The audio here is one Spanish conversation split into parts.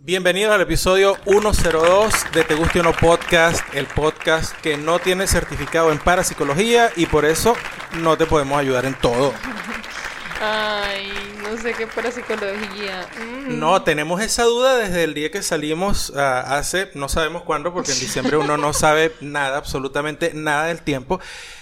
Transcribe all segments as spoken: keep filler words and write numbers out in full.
Bienvenidos al episodio ciento dos de Te Guste o No Podcast, el podcast que no tiene certificado en parapsicología y por eso no te podemos ayudar en todo. Ay, no sé qué parapsicología. Mm. No, tenemos esa duda desde el día que salimos uh, hace, no sabemos cuándo, porque en diciembre uno no sabe nada, absolutamente nada del tiempo.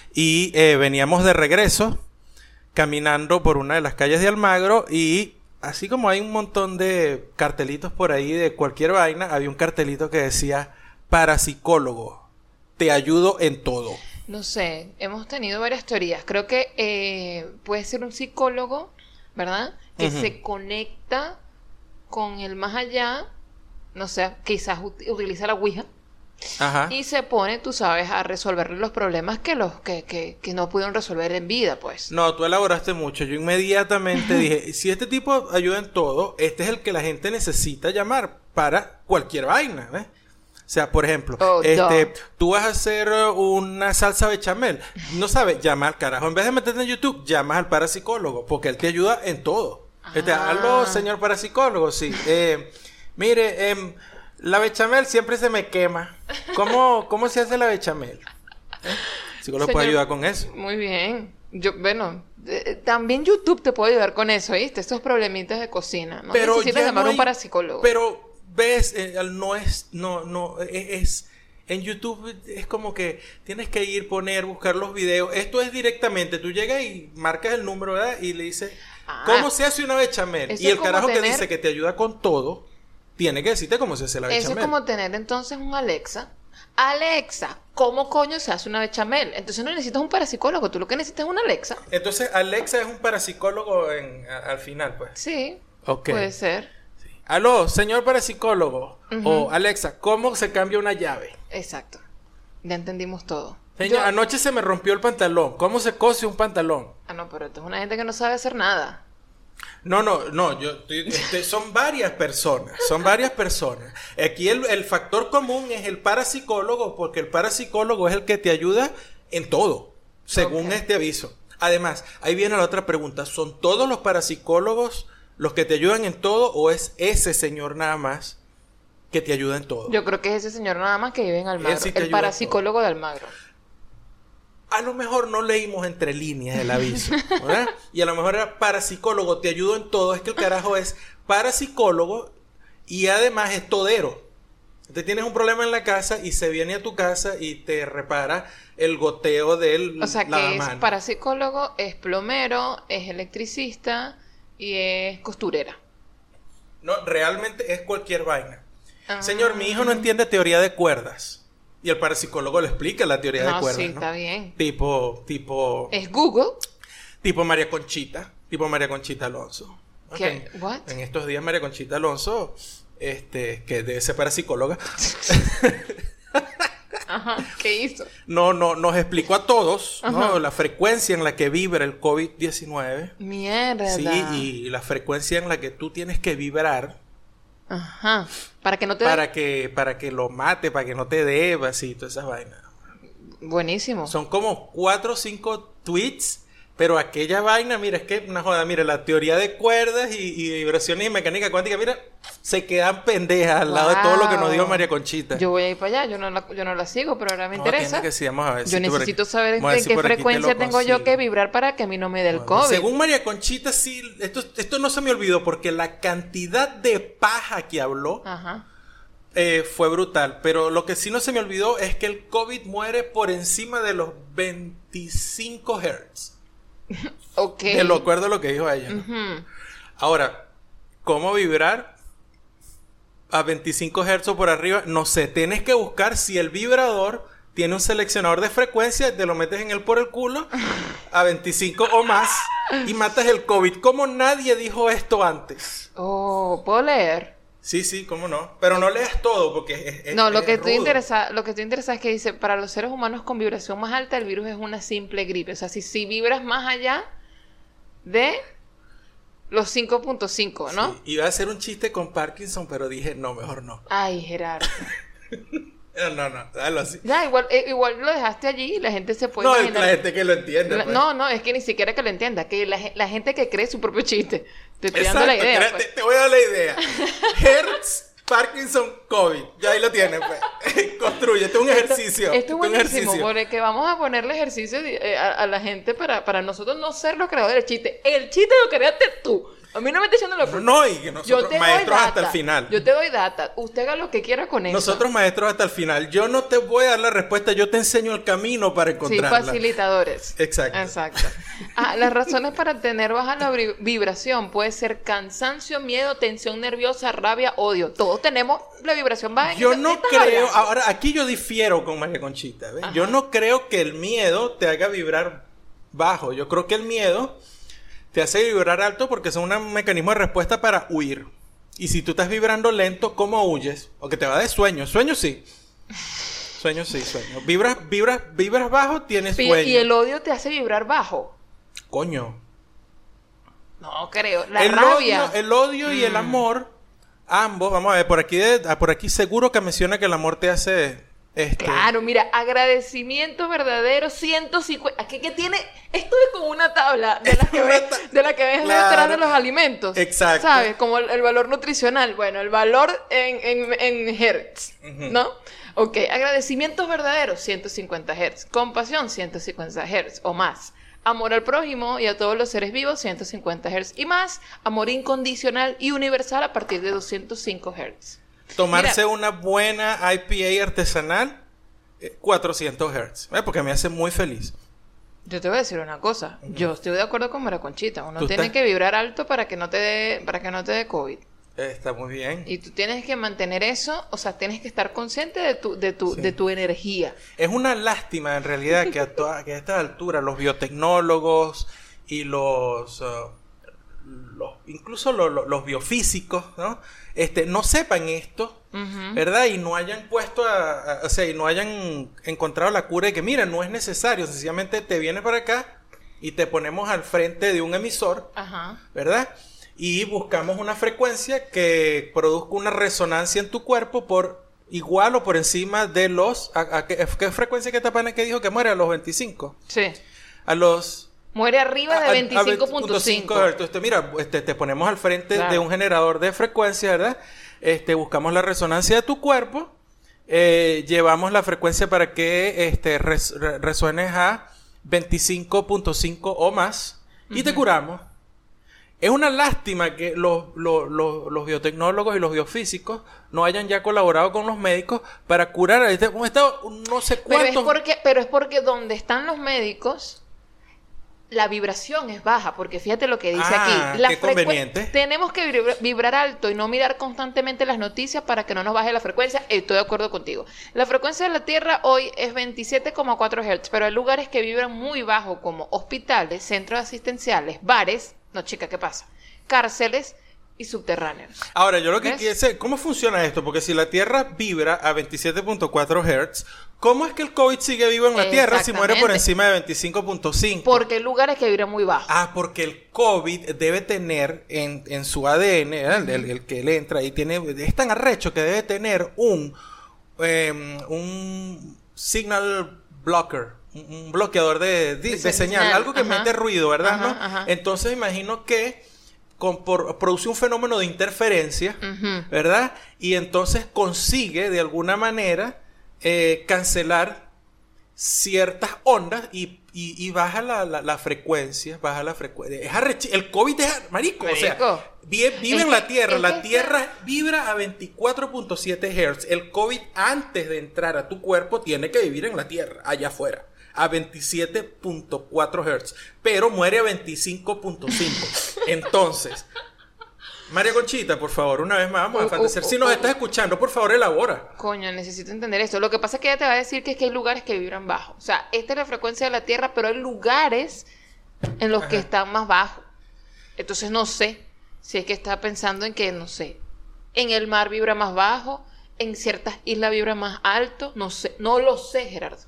Y eh, veníamos de regreso, caminando por una de las calles de Almagro y... Así como hay un montón de cartelitos por ahí de cualquier vaina, había un cartelito que decía parapsicólogo, te ayudo en todo. No sé, hemos tenido varias teorías. Creo que eh, puede ser un psicólogo, ¿verdad? Que uh-huh. se conecta con el más allá, no sé, quizás ut- utiliza la Ouija. Ajá. Y se pone, tú sabes, a resolver los problemas que los que, que, que no pudieron resolver en vida, pues. No, tú elaboraste mucho. Yo inmediatamente dije, si este tipo ayuda en todo, este es el que la gente necesita llamar para cualquier vaina, ¿ves? O sea, por ejemplo, oh, este, no. tú vas a hacer una salsa bechamel, no sabes, llama al carajo. En vez de meterte en YouTube, llamas al parapsicólogo, porque él te ayuda en todo. Ah. Este, aló, señor parapsicólogo, sí. Eh, mire, eh, la bechamel siempre se me quema. ¿Cómo, cómo se hace la bechamel? ¿Eh? El psicólogo puede ayudar con eso. Muy bien. Yo, bueno, eh, también YouTube te puede ayudar con eso, ¿viste? Estos problemitas de cocina. No pero necesitas llamar no a hay, un parapsicólogo. Pero, ves, eh, no es, no, no, es, es, en YouTube es como que tienes que ir, poner, buscar los videos. Esto es directamente, tú llegas y marcas el número, ¿verdad? Y le dices, ah, ¿cómo se hace una bechamel? Y el carajo tener... que dice que te ayuda con todo, tiene que decirte cómo se hace la bechamel. Eso es como tener entonces un Alexa. Alexa, ¿cómo coño se hace una bechamel? Entonces no necesitas un parapsicólogo, tú lo que necesitas es una Alexa. Entonces Alexa es un parapsicólogo en, a, al final, pues. Sí, okay. Puede ser. Sí. Aló, señor parapsicólogo. Uh-huh. O Alexa, ¿cómo se cambia una llave? Exacto. Ya entendimos todo. Señor, Yo... anoche se me rompió el pantalón. ¿Cómo se cose un pantalón? Ah, no, pero esto es una gente que no sabe hacer nada. No, no, no, yo este, son varias personas, son varias personas. Aquí el, el factor común es el parapsicólogo, porque el parapsicólogo es el que te ayuda en todo, según okay. este aviso. Además, ahí viene la otra pregunta, ¿son todos los parapsicólogos los que te ayudan en todo o es ese señor nada más que te ayuda en todo? Yo creo que es ese señor nada más que vive en Almagro, sí el parapsicólogo de Almagro. A lo mejor no leímos entre líneas el aviso, ¿verdad? Y a lo mejor era parapsicólogo, te ayudo en todo. Es que el carajo es parapsicólogo y además es todero. Te tienes un problema en la casa y se viene a tu casa y te repara el goteo del O sea que es parapsicólogo, es plomero, es electricista y es costurera. No, realmente es cualquier vaina. Ah. Señor, mi hijo no entiende teoría de cuerdas. Y el parapsicólogo le explica la teoría no, de cuerdas, sí, ¿no? Está bien. Tipo, tipo... ¿Es Google? Tipo María Conchita. Tipo María Conchita Alonso. ¿Qué? Okay. What? En estos días María Conchita Alonso, este, que debe ser parapsicóloga. Ajá, ¿qué hizo? No, no, nos explicó a todos, ¿no? La frecuencia en la que vibra el covid diecinueve. Mierda. Sí, y la frecuencia en la que tú tienes que vibrar. Ajá. Para que no te para de... que para que lo mate, para que no te debas y todas esas vainas. Buenísimo. Son como cuatro o cinco tweets, pero aquella vaina, mira, es que una joda, mira, la teoría de cuerdas y, y vibraciones y mecánica cuántica, mira, se quedan pendejas al wow. lado de todo lo que nos dijo María Conchita. Yo voy a ir para allá, yo no la, yo no la sigo, pero ahora me no, interesa. Que sí, vamos a ver, yo si necesito aquí, saber en qué frecuencia tengo consigo. yo que vibrar para que a mí no me dé el bueno, COVID. Según María Conchita, sí, esto, esto no se me olvidó porque la cantidad de paja que habló Ajá. Eh, fue brutal, pero lo que sí no se me olvidó es que el COVID muere por encima de los veinticinco hertz. Ok. De lo acuerdo a lo que dijo ella, ¿no? Uh-huh. Ahora, ¿cómo vibrar a veinticinco hertz por arriba? No sé, tienes que buscar si el vibrador tiene un seleccionador de frecuencia, te lo metes en él por el culo a veinticinco o más y matas el COVID. ¿Cómo nadie dijo esto antes? Oh, ¿puedo leer? Sí, sí, cómo no. Pero no leas todo porque es, es No, lo es que estoy rudo. interesada, lo que estoy interesada es que dice, para los seres humanos con vibración más alta, el virus es una simple gripe. O sea, si, si vibras más allá de los cinco punto cinco, ¿no? Sí, iba a hacer un chiste con Parkinson, pero dije, no, mejor no. Ay, Gerardo. No, no, no, dale así. Ya, igual, eh, igual lo dejaste allí y la gente se puede no, imaginar. No, la gente que lo entiende. La, pues. No, no, es que ni siquiera que lo entienda, que la, la gente que cree su propio chiste. Te estoy Exacto, dando la idea. Te, pues. te voy a dar la idea. Hertz Parkinson, COVID. Ya ahí lo tienes, pues. Construyete un ejercicio. Esto, esto es buenísimo, ejercicio. porque vamos a ponerle ejercicio eh, a, a la gente para, para nosotros no ser los creadores del chiste. El chiste lo creaste tú. A mí no me está echando la fruta. No, y que nosotros, Yo te maestros doy data. hasta el final. Yo te doy data. Usted haga lo que quiera con eso. Nosotros, maestros, hasta el final. Yo no te voy a dar la respuesta, yo te enseño el camino para Sí, encontrarla. facilitadores. Exacto. Exacto. Ah, las razones para tener baja la vibra- vibración puede ser cansancio, miedo, tensión nerviosa, rabia, odio. Todos tenemos la vibración baja. ¿En Yo qué- no qué estás creo, hablando? ahora aquí yo difiero con María Conchita, ¿ves? Ajá. Yo no creo que el miedo te haga vibrar bajo. Yo creo que el miedo te hace vibrar alto porque es un mecanismo de respuesta para huir. Y si tú estás vibrando lento, ¿cómo huyes? O que te va de sueño. Sueño sí. Sueño sí, sueño. Vibras, vibras, vibras bajo, tienes Y- sueño. Y el odio te hace vibrar bajo. Coño. No creo. La el rabia. Odio, el odio y el Mm. amor, ambos, vamos a ver, por aquí, de- por aquí seguro que menciona que el amor te hace... Este, Claro, mira, agradecimiento verdadero, ciento cincuenta. Aquí que tiene, esto es como una tabla de la que Una ves, ta- de la que ves Claro. detrás de los alimentos. Exacto. ¿Sabes? Como el, el valor nutricional. Bueno, el valor en, en, en hertz, Ujú. ¿no? Ok, agradecimientos verdaderos, ciento cincuenta hertz. Compasión, ciento cincuenta hertz o más. Amor al prójimo y a todos los seres vivos, ciento cincuenta hertz y más. Amor incondicional y universal a partir de doscientos cinco hertz. Tomarse Mira. una buena I P A artesanal, eh, cuatrocientos hertz, ¿eh? Porque me hace muy feliz. Yo te voy a decir una cosa. Yo estoy de acuerdo con Mara Conchita. Uno Tú tiene estás- que vibrar alto para que no te dé, para que no te dé COVID. Eh, está muy bien. Y tú tienes que mantener eso, o sea, tienes que estar consciente de tu, de tu, Sí. de tu energía. Es una lástima en realidad que a, toda, que a esta altura los biotecnólogos y los, uh, los incluso lo- lo- los biofísicos, ¿no? Este, no sepan esto, Ujú. ¿verdad? Y no hayan puesto a, a- o sea, y no hayan encontrado la cura de que, mira, no es necesario, sencillamente te vienes para acá y te ponemos al frente de un emisor, Ajá. ¿verdad? Y buscamos una frecuencia que produzca una resonancia en tu cuerpo por igual o por encima de los... ¿A, a qué, qué frecuencia que Tapana que dijo que muere? A los veinticinco. Sí. A los... Muere arriba de a- a veinticinco punto cinco. hertz. Entonces, mira, este, te ponemos al frente Claro. de un generador de frecuencia, ¿verdad? Este, buscamos la resonancia de tu cuerpo, eh, llevamos la frecuencia para que este, res- re- resuenes a veinticinco punto cinco o más y te curamos. Es una lástima que los, los, los, los biotecnólogos y los biofísicos no hayan ya colaborado con los médicos para curar a este, esto, no sé Pero es cuántos... porque, pero es porque donde están los médicos, la vibración es baja, porque fíjate lo que dice Ah, aquí. La qué frecue- conveniente. Tenemos que vibra- vibrar alto y no mirar constantemente las noticias para que no nos baje la frecuencia. Estoy de acuerdo contigo. La frecuencia de la Tierra hoy es veintisiete coma cuatro hertz, pero hay lugares que vibran muy bajo, como hospitales, centros asistenciales, bares. No, chica, ¿qué pasa? Cárceles y subterráneos. Ahora, yo lo que ¿Ves? quiero sé, ¿cómo funciona esto? Porque si la Tierra vibra a veintisiete punto cuatro hertz, ¿cómo es que el COVID sigue vivo en la Tierra si muere por Exactamente. encima de veinticinco punto cinco? Porque hay lugares que vibran muy bajo. Ah, porque el COVID debe tener en, en su A D N, ¿verdad? el, el que le entra ahí, tiene, es tan arrecho que debe tener un, eh, un signal blocker, un, un bloqueador de, de- De de señal, señal, algo que ajá. mete ruido, ¿verdad? Ajá, ¿no? ajá. Entonces imagino que con, por, produce un fenómeno de interferencia, Ujú. ¿verdad? Y entonces consigue de alguna manera eh, cancelar ciertas ondas y, y, y baja la, la, la frecuencia, baja la frecuencia. Es arrechi- el COVID es ar- marico, o sea, Marico. vive, vive Es en que- la Tierra, es la que Tierra vibra a veinticuatro punto siete hertz. El COVID antes de entrar a tu cuerpo tiene que vivir en la Tierra, allá afuera, a veintisiete punto cuatro hertz, pero muere a veinticinco punto cinco. Entonces, María Conchita, por favor, una vez más vamos a Uh, uh, fantasear. Si uh, nos uh. estás escuchando, por favor, elabora. Coño, necesito entender esto. Lo que pasa es que ella te va a decir que es que hay lugares que vibran bajo. O sea, esta es la frecuencia de la Tierra, pero hay lugares en los que Ajá. están más bajos. Entonces no sé si es que está pensando en que, no sé, en el mar vibra más bajo, en ciertas islas vibra más alto. No sé, no lo sé, Gerardo.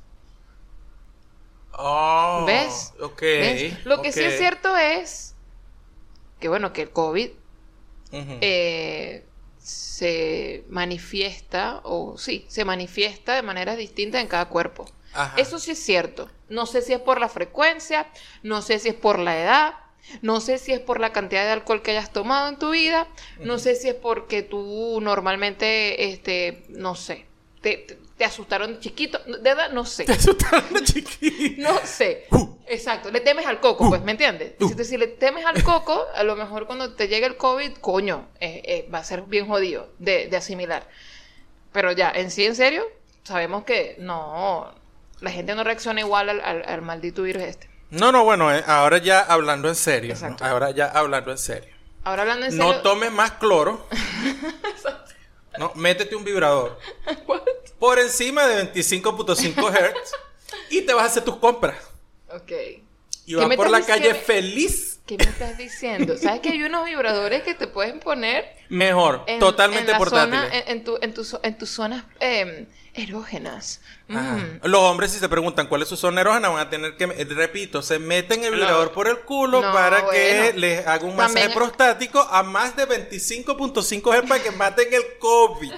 Oh, ¿Ves? Ok. ¿Ves? Lo que sí ok. es cierto es que, bueno, que el COVID Ujú. eh, se manifiesta, o sí, se manifiesta de maneras distintas en cada cuerpo. Ajá. Eso sí es cierto. No sé si es por la frecuencia, no sé si es por la edad, No sé si es por la cantidad de alcohol que hayas tomado en tu vida. No sé si es porque tú normalmente, este, no sé, te, te, te asustaron de chiquito. De edad, no sé. Te asustaron de chiquito. No sé. Uh. Exacto. Le temes al coco, Uh. pues, ¿me entiendes? Uh. Si, si le temes al coco, a lo mejor cuando te llegue el COVID, coño, eh, eh, va a ser bien jodido de, de asimilar. Pero ya, en sí, en serio, sabemos que no, la gente no reacciona igual al, al, al maldito virus este. No, no, bueno, eh, ahora ya hablando en serio. ¿no? Exacto. Ahora ya hablando en serio. Ahora hablando en serio. No tomes más cloro. No, métete un vibrador. What? Por encima de veinticinco punto cinco hertz y te vas a hacer tus compras. Ok. Y vas por la calle feliz. ¿Qué me estás diciendo? ¿Sabes que hay unos vibradores que te pueden poner Mejor, en, totalmente en la portátiles. zona, en, en, tu, en, tu, en tus zonas eh, erógenas? Mm. Los hombres, si se preguntan cuál es su zona erógena, van a tener que, repito, se meten el vibrador No. por el culo No, para bueno. que les haga un masaje También- prostático a más de veinticinco punto cinco hertz para que maten el COVID.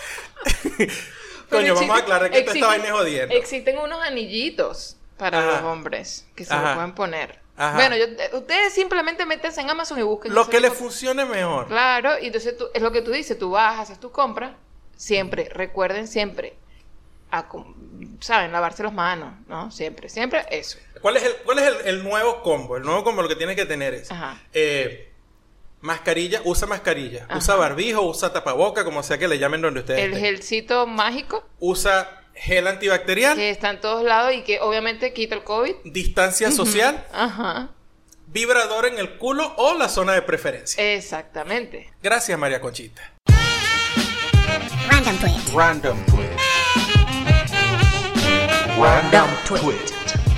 Coño, vamos a aclarar que toda esta vaina es jodiendo. Existen unos anillitos para Ajá. los hombres que se Ajá. lo pueden poner. Ajá. Bueno, yo, eh, ustedes simplemente métanse en Amazon y busquen Lo ese que les tipo- funcione mejor. Claro, y entonces tú, es lo que tú dices, tú vas, haces tu compra, siempre, recuerden siempre, a, com- saben, lavarse las manos, ¿no? Siempre, siempre eso. ¿Cuál es, el, cuál es el, el nuevo combo? El nuevo combo lo que tienes que tener es Ajá. eh, mascarilla, usa mascarilla, Ajá. usa barbijo, usa tapaboca, como sea que le llamen donde ustedes El estén. gelcito mágico Usa gel antibacterial, que está en todos lados y que obviamente quita el COVID. distancia social, Ajá, vibrador en el culo o la zona de preferencia. exactamente. Gracias, María Conchita. Random twist. Random Twist. Random twist.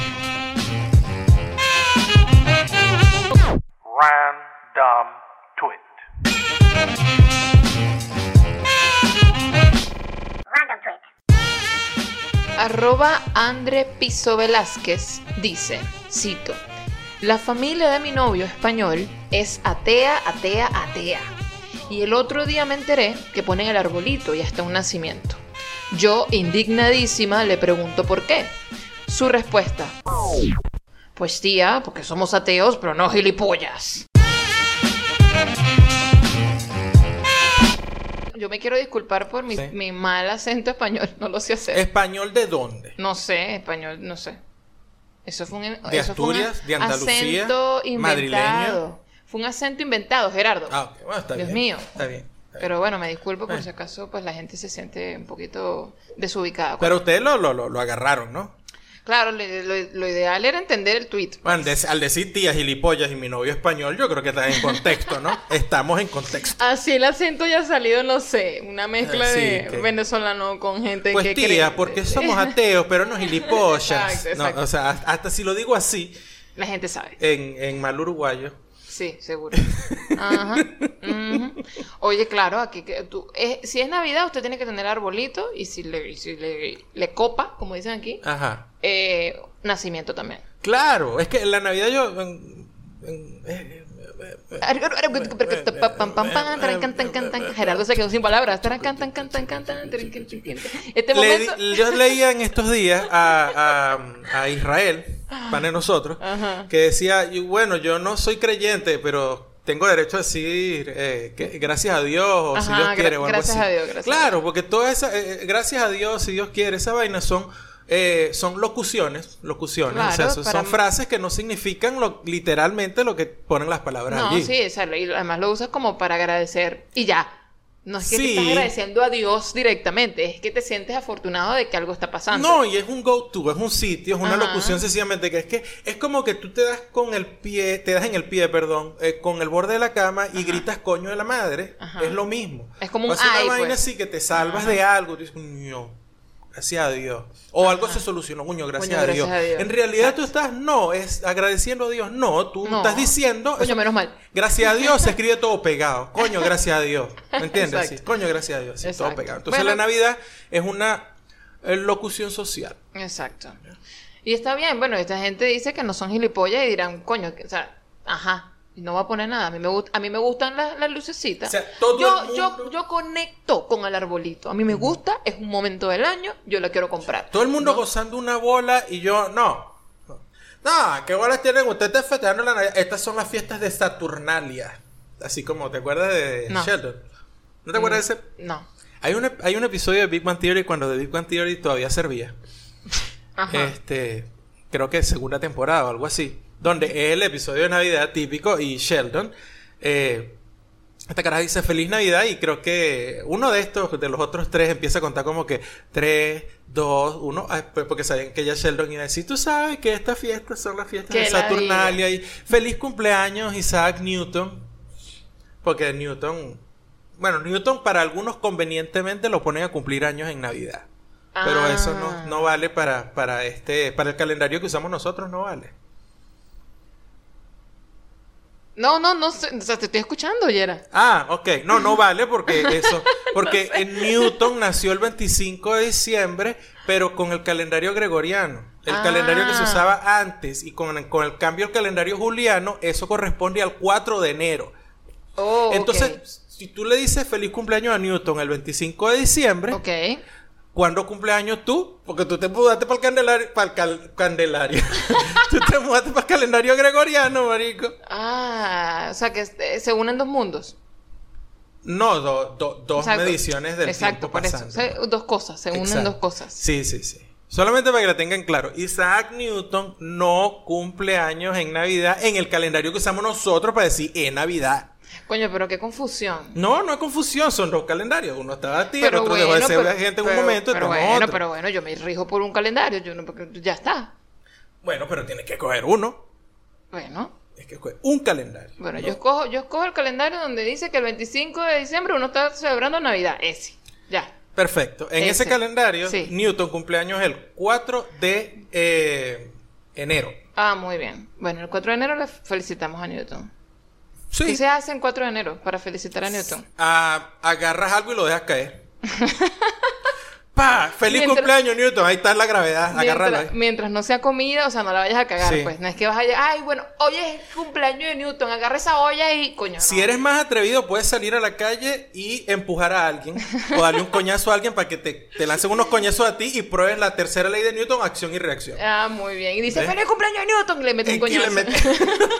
Random Twist. Random twist. Arroba Andre Piso Velázquez dice, cito, la familia de mi novio español es atea, atea, atea. Y el otro día me enteré que ponen el arbolito y hasta un nacimiento. Yo, indignadísima, le pregunto por qué. Su respuesta, pues tía, porque somos ateos, pero no gilipollas. Yo me quiero disculpar por mi, Sí. mi mal acento español, no lo sé hacer. ¿Español de dónde? No sé, español, no sé. Eso fue un, ¿De eso fue un Asturias? ¿De Andalucía? acento inventado. ¿Madrileño? Fue un acento inventado, Gerardo. Ah, ok. Bueno, está Dios bien. mío. Está bien. está bien. Pero bueno, me disculpo por Eh. si acaso pues la gente se siente un poquito desubicada. Pero ustedes lo, lo, lo, lo agarraron, ¿no? Claro, lo, lo- lo ideal era entender el tweet. Bueno, de- al decir tía gilipollas y mi novio español, yo creo que está en contexto, ¿no? Estamos en contexto. Así el acento ya ha salido, no sé, una mezcla Ah, sí, de que- venezolano con gente Pues que tía, cree- porque somos ateos, pero no gilipollas. Exacto, exacto. No, o sea, hasta si lo digo así, La gente sabe. en, en mal uruguayo. Sí, seguro. Ajá. Ujú. Oye, claro, aquí que tú, eh, si es Navidad, usted tiene que tener arbolito y si le, y si le, le copa, como dicen aquí, Ajá. eh, nacimiento también. Claro, es que en la Navidad yo... en- en- eh, Gerardo se quedó sin palabras. Este le momento. di- yo leía en estos días a, a, a Israel, pan de nosotros, Ajá. que decía, y bueno, yo no soy creyente, pero tengo derecho a decir eh, que gracias a Dios o si Ajá, Dios gra- quiere o algo gracias así. a Dios, gracias a claro, porque toda esa, eh, gracias a Dios, si Dios quiere, esa vaina son eh, son locuciones, locuciones, Claro, o sea, son, para- son frases que no significan lo, literalmente lo que ponen las palabras No, allí. sí, o sea, y además lo usas como para agradecer y ya. No es que te Sí. estás agradeciendo a Dios directamente, es que te sientes afortunado de que algo está pasando. No, y es un go-to, es un sitio, es una Ajá. locución sencillamente que es que es como que tú te das con el pie, te das en el pie, perdón, eh, con el borde de la cama y gritas coño de la madre. Ajá. Es lo mismo. Es como un Pasa una ay, vaina pues. así que te salvas Ajá. de algo, tú dices, coño, gracias a Dios. O algo se solucionó, coño, gracias, Coño, a, gracias Dios. a Dios. En realidad Exacto. tú estás, no, es agradeciendo a Dios. No, tú No. estás diciendo, Coño, menos mal. gracias a Dios se escribe todo pegado. Coño, gracias a Dios. ¿Me entiendes? Exacto. Sí. Coño, gracias a Dios. Sí, todo Exacto. pegado. Entonces Bueno. la Navidad es una eh, locución social. Exacto. Y está bien, bueno, esta gente dice que no son gilipollas y dirán, coño, que- o sea, ajá, y no va a poner nada. A mí me, gust- a mí me gustan las, las lucecitas. O sea, todo yo, el mundo- yo, yo conecto con el arbolito. A mí me gusta, es un momento del año, yo la quiero comprar. Todo el mundo ¿no? gozando una bola y yo no. no. No, ¿qué bolas tienen ustedes festejando la Navidad? Estas son las fiestas de Saturnalia. Así como, ¿te acuerdas de No. Sheldon? ¿No te acuerdas de ese? No. Hay un, hay un episodio de Big Bang Theory cuando The Big Bang Theory todavía servía. Ajá. Este, creo que segunda temporada o algo así. Donde es el episodio de Navidad típico y Sheldon, eh, esta caraja dice Feliz Navidad y creo que uno de estos, de los otros tres, empieza a contar como que tres, dos, uno, pues porque sabían que ya Sheldon iba a decir, tú sabes que estas fiestas son las fiestas Que de la Saturnalia y feliz cumpleaños Isaac Newton. Porque Newton, bueno, Newton para algunos convenientemente lo ponen a cumplir años en Navidad. Pero Ah. eso no, no vale para, para este, para el calendario que usamos nosotros, no vale. No, no, no sé. O sea, te estoy escuchando, Yera. Ah, ok. No, no vale porque eso... Porque en Newton nació el veinticinco de diciembre, pero con el calendario gregoriano. El Ah. calendario que se usaba antes y con, con el cambio al calendario juliano, eso corresponde al cuatro de enero. Oh, Entonces, ok. si tú le dices feliz cumpleaños a Newton el veinticinco de diciembre, Ok. ¿cuándo cumpleaños tú? Porque tú te mudaste para el candelario... Para el cal- candelario. Tú te mudaste para el calendario gregoriano, marico. Ah, o sea que eh, se unen dos mundos. No, do- do- dos Exacto. mediciones del Exacto, tiempo por eso. pasando. Se- dos cosas, se unen Exacto. dos cosas. Sí, sí, sí. Solamente para que la tengan claro. Isaac Newton no cumple años en Navidad en el calendario que usamos nosotros para decir en Navidad. Coño, pero qué confusión. No, no hay confusión, son dos calendarios. Uno estaba activo, el Pero otro dejó de ser pero- gente en pero- un momento, pero estamos bueno, otro. pero bueno, yo me rijo por un calendario, yo no, porque ya está. Bueno, pero tienes que coger uno. Bueno, Tienes que coger un calendario. bueno, ¿no? yo escojo, yo escojo el calendario donde dice que el veinticinco de diciembre uno está celebrando Navidad, ese. Ya. Perfecto. En ese, Ese. calendario, Sí. Newton cumpleaños el cuatro de eh, enero. Ah, muy bien. Bueno, el cuatro de enero le felicitamos a Newton. Sí. ¿Qué se hace en cuatro de enero para felicitar a Newton? Ah, agarras algo y lo dejas caer. ¡Pah! ¡Feliz Mientras- cumpleaños, Newton! Ahí está la gravedad. Agárralo ahí. Mientras, mientras no sea comida, o sea, no la vayas a cagar, Sí. pues. No es que vas a llegar, ay, bueno, hoy es el cumpleaños de Newton, agarra esa olla y coño. Si no. eres más atrevido, puedes salir a la calle y empujar a alguien o darle un coñazo a alguien para que te, te lancen unos coñazos a ti y pruebes la tercera ley de Newton, acción y reacción. Ah, muy bien. Y dice, ¿Ves? feliz cumpleaños de Newton, y le mete un Y le coñazo. mete-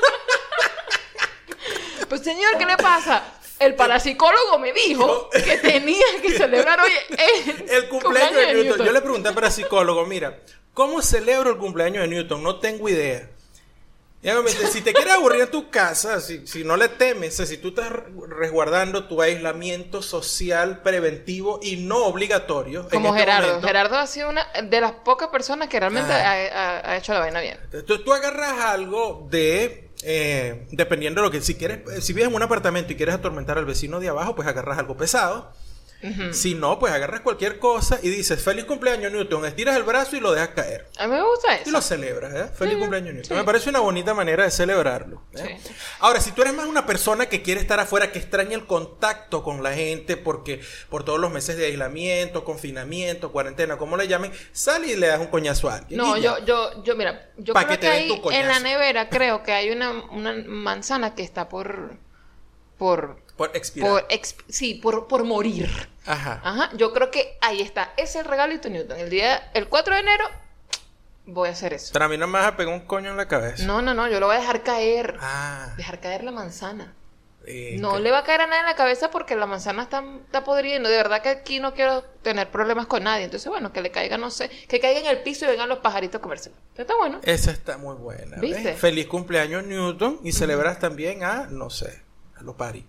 Pues señor, ¿qué le pasa? El parapsicólogo me dijo que tenía que celebrar hoy el, El cumpleaños de Newton. Yo le pregunté al parapsicólogo, mira, ¿cómo celebro el cumpleaños de Newton? No tengo idea. Y ella me dice, si te quieres aburrir en tu casa, si, si no le temes, si tú estás resguardando tu aislamiento social preventivo y no obligatorio. en Como este Gerardo. momento, Gerardo ha sido una de las pocas personas que realmente Ah. ha, ha- ha hecho la vaina bien. Tú, tú agarras algo de, eh, dependiendo de lo que, si quieres, si vives en un apartamento y quieres atormentar al vecino de abajo, pues agarras algo pesado. Ujú. Si no, pues agarras cualquier cosa y dices, feliz cumpleaños Newton, estiras el brazo y lo dejas caer. A mí me gusta Y eso. lo celebras, ¿eh? Feliz Sí, cumpleaños Newton. sí. Me parece una bonita manera de celebrarlo. ¿eh? Sí. Ahora, si tú eres más una persona que quiere estar afuera, que extraña el contacto con la gente porque por todos los meses de aislamiento, confinamiento, cuarentena, como le llamen, sal y le das un coñazo a alguien. No, y ya. yo, yo, yo, mira, yo Pa' creo que que, te den ahí tu coñazo. en la nevera creo que hay una, una manzana que está por, por, Por expirar. por, exp- sí, por, por morir. Ajá. Ajá, yo creo que ahí está. Ese es el regalito de Newton. El día, el cuatro de enero, voy a hacer eso. Pero a mí no me vas a pegar un coño en la cabeza. No, no, no, yo lo voy a dejar caer. Ah. Dejar caer la manzana. eh, No que- le va a caer a nadie en la cabeza porque la manzana está, está podriendo. De verdad que aquí no quiero tener problemas con nadie. Entonces, bueno, que le caiga, no sé, que caiga en el piso y vengan los pajaritos a comérselo. Está bueno. Esa está muy buena. ¿ves? ¿Viste? Feliz cumpleaños Newton y celebras también a, no sé, a los paritos.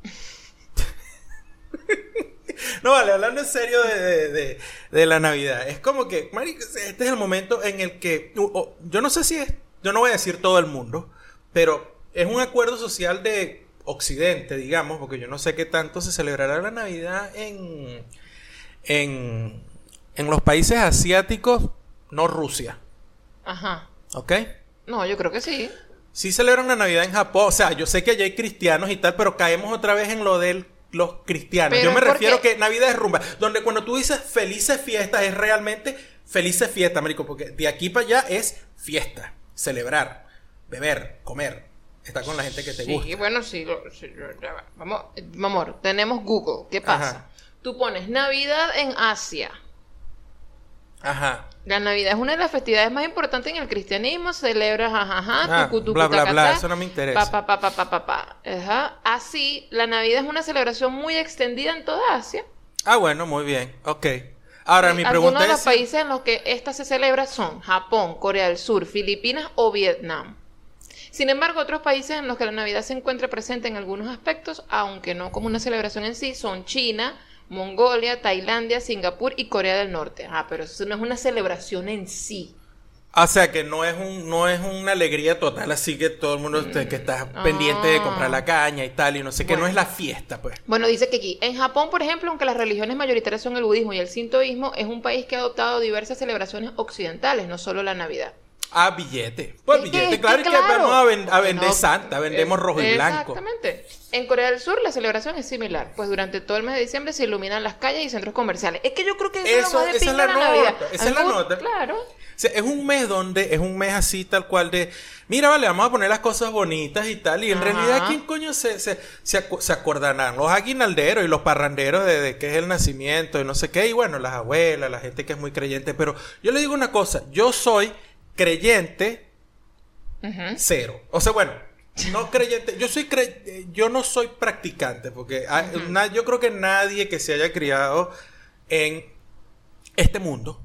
No, vale, hablando en serio de, de, de, de la Navidad. Es como que, marico, este es el momento en el que, o- o, yo no sé si es, yo no voy a decir todo el mundo, pero es un acuerdo social de Occidente, digamos, porque yo no sé qué tanto se celebrará la Navidad en, en, en los países asiáticos, no Rusia, Ajá. ¿ok? No, yo creo que sí. Sí celebran la Navidad en Japón. O sea, yo sé que allá hay cristianos y tal, pero caemos otra vez en lo de los cristianos. Pero yo me es porque- refiero que Navidad es rumba. Donde cuando tú dices felices fiestas, es realmente felices fiestas, marico. Porque de aquí para allá es fiesta, celebrar, beber, comer. Estar con la gente que te Sí, gusta. bueno, sí, lo- sí, lo- ya va. Vamos, eh, amor, tenemos Google. ¿Qué pasa? Ajá. Tú pones Navidad en Asia. Ajá. La Navidad es una de las festividades más importantes en el cristianismo. Celebra, jajaja, Ah, tucu, tucu, bla, bla, tacatá, bla, eso no me interesa. Pa, pa, pa, pa, pa, pa, pa. Ajá. Así, la Navidad es una celebración muy extendida en toda Asia. Ah, bueno, muy bien. Ok. Ahora, mi Algunos pregunta de es... los países en los que esta se celebra son Japón, Corea del Sur, Filipinas o Vietnam. Sin embargo, otros países en los que la Navidad se encuentra presente en algunos aspectos, aunque no como una celebración en sí, son China, Mongolia, Tailandia, Singapur y Corea del Norte. Ah, pero eso no es una celebración en sí. O sea, que no es un no es una alegría total, así que todo el mundo esté- que está pendiente de comprar la caña y tal, y no sé qué, no Bueno. es la fiesta, pues. Bueno, dice que aquí, en Japón, por ejemplo, aunque las religiones mayoritarias son el budismo y el sintoísmo, es un país que ha adoptado diversas celebraciones occidentales, no solo la Navidad. Ah, billete. Pues Es que- billete, es claro, que y que claro. vamos a, ven- a Que vender no, Santa, vendemos es- rojo y blanco. Exactamente. En Corea del Sur la celebración es similar, pues durante todo el mes de diciembre se iluminan las calles y centros comerciales. Es que yo creo que eso, es Eso- lo más de esa es pinga la de la Navidad. nota, esa A mí es la me gusta- nota. Claro. O sea, es un mes donde, es un mes así tal cual de, mira, vale, vamos a poner las cosas bonitas y tal, y en Ajá. realidad, ¿quién coño se, se, se, acu- se acordarán? Los aguinalderos y los parranderos de, de qué es el nacimiento y no sé qué, y bueno, las abuelas, la gente que es muy creyente, pero yo le digo una cosa, yo soy creyente Ujú. cero. O sea, bueno, no creyente, yo soy cre- eh, yo no soy practicante, porque hay- na- yo creo que nadie que se haya criado en este mundo.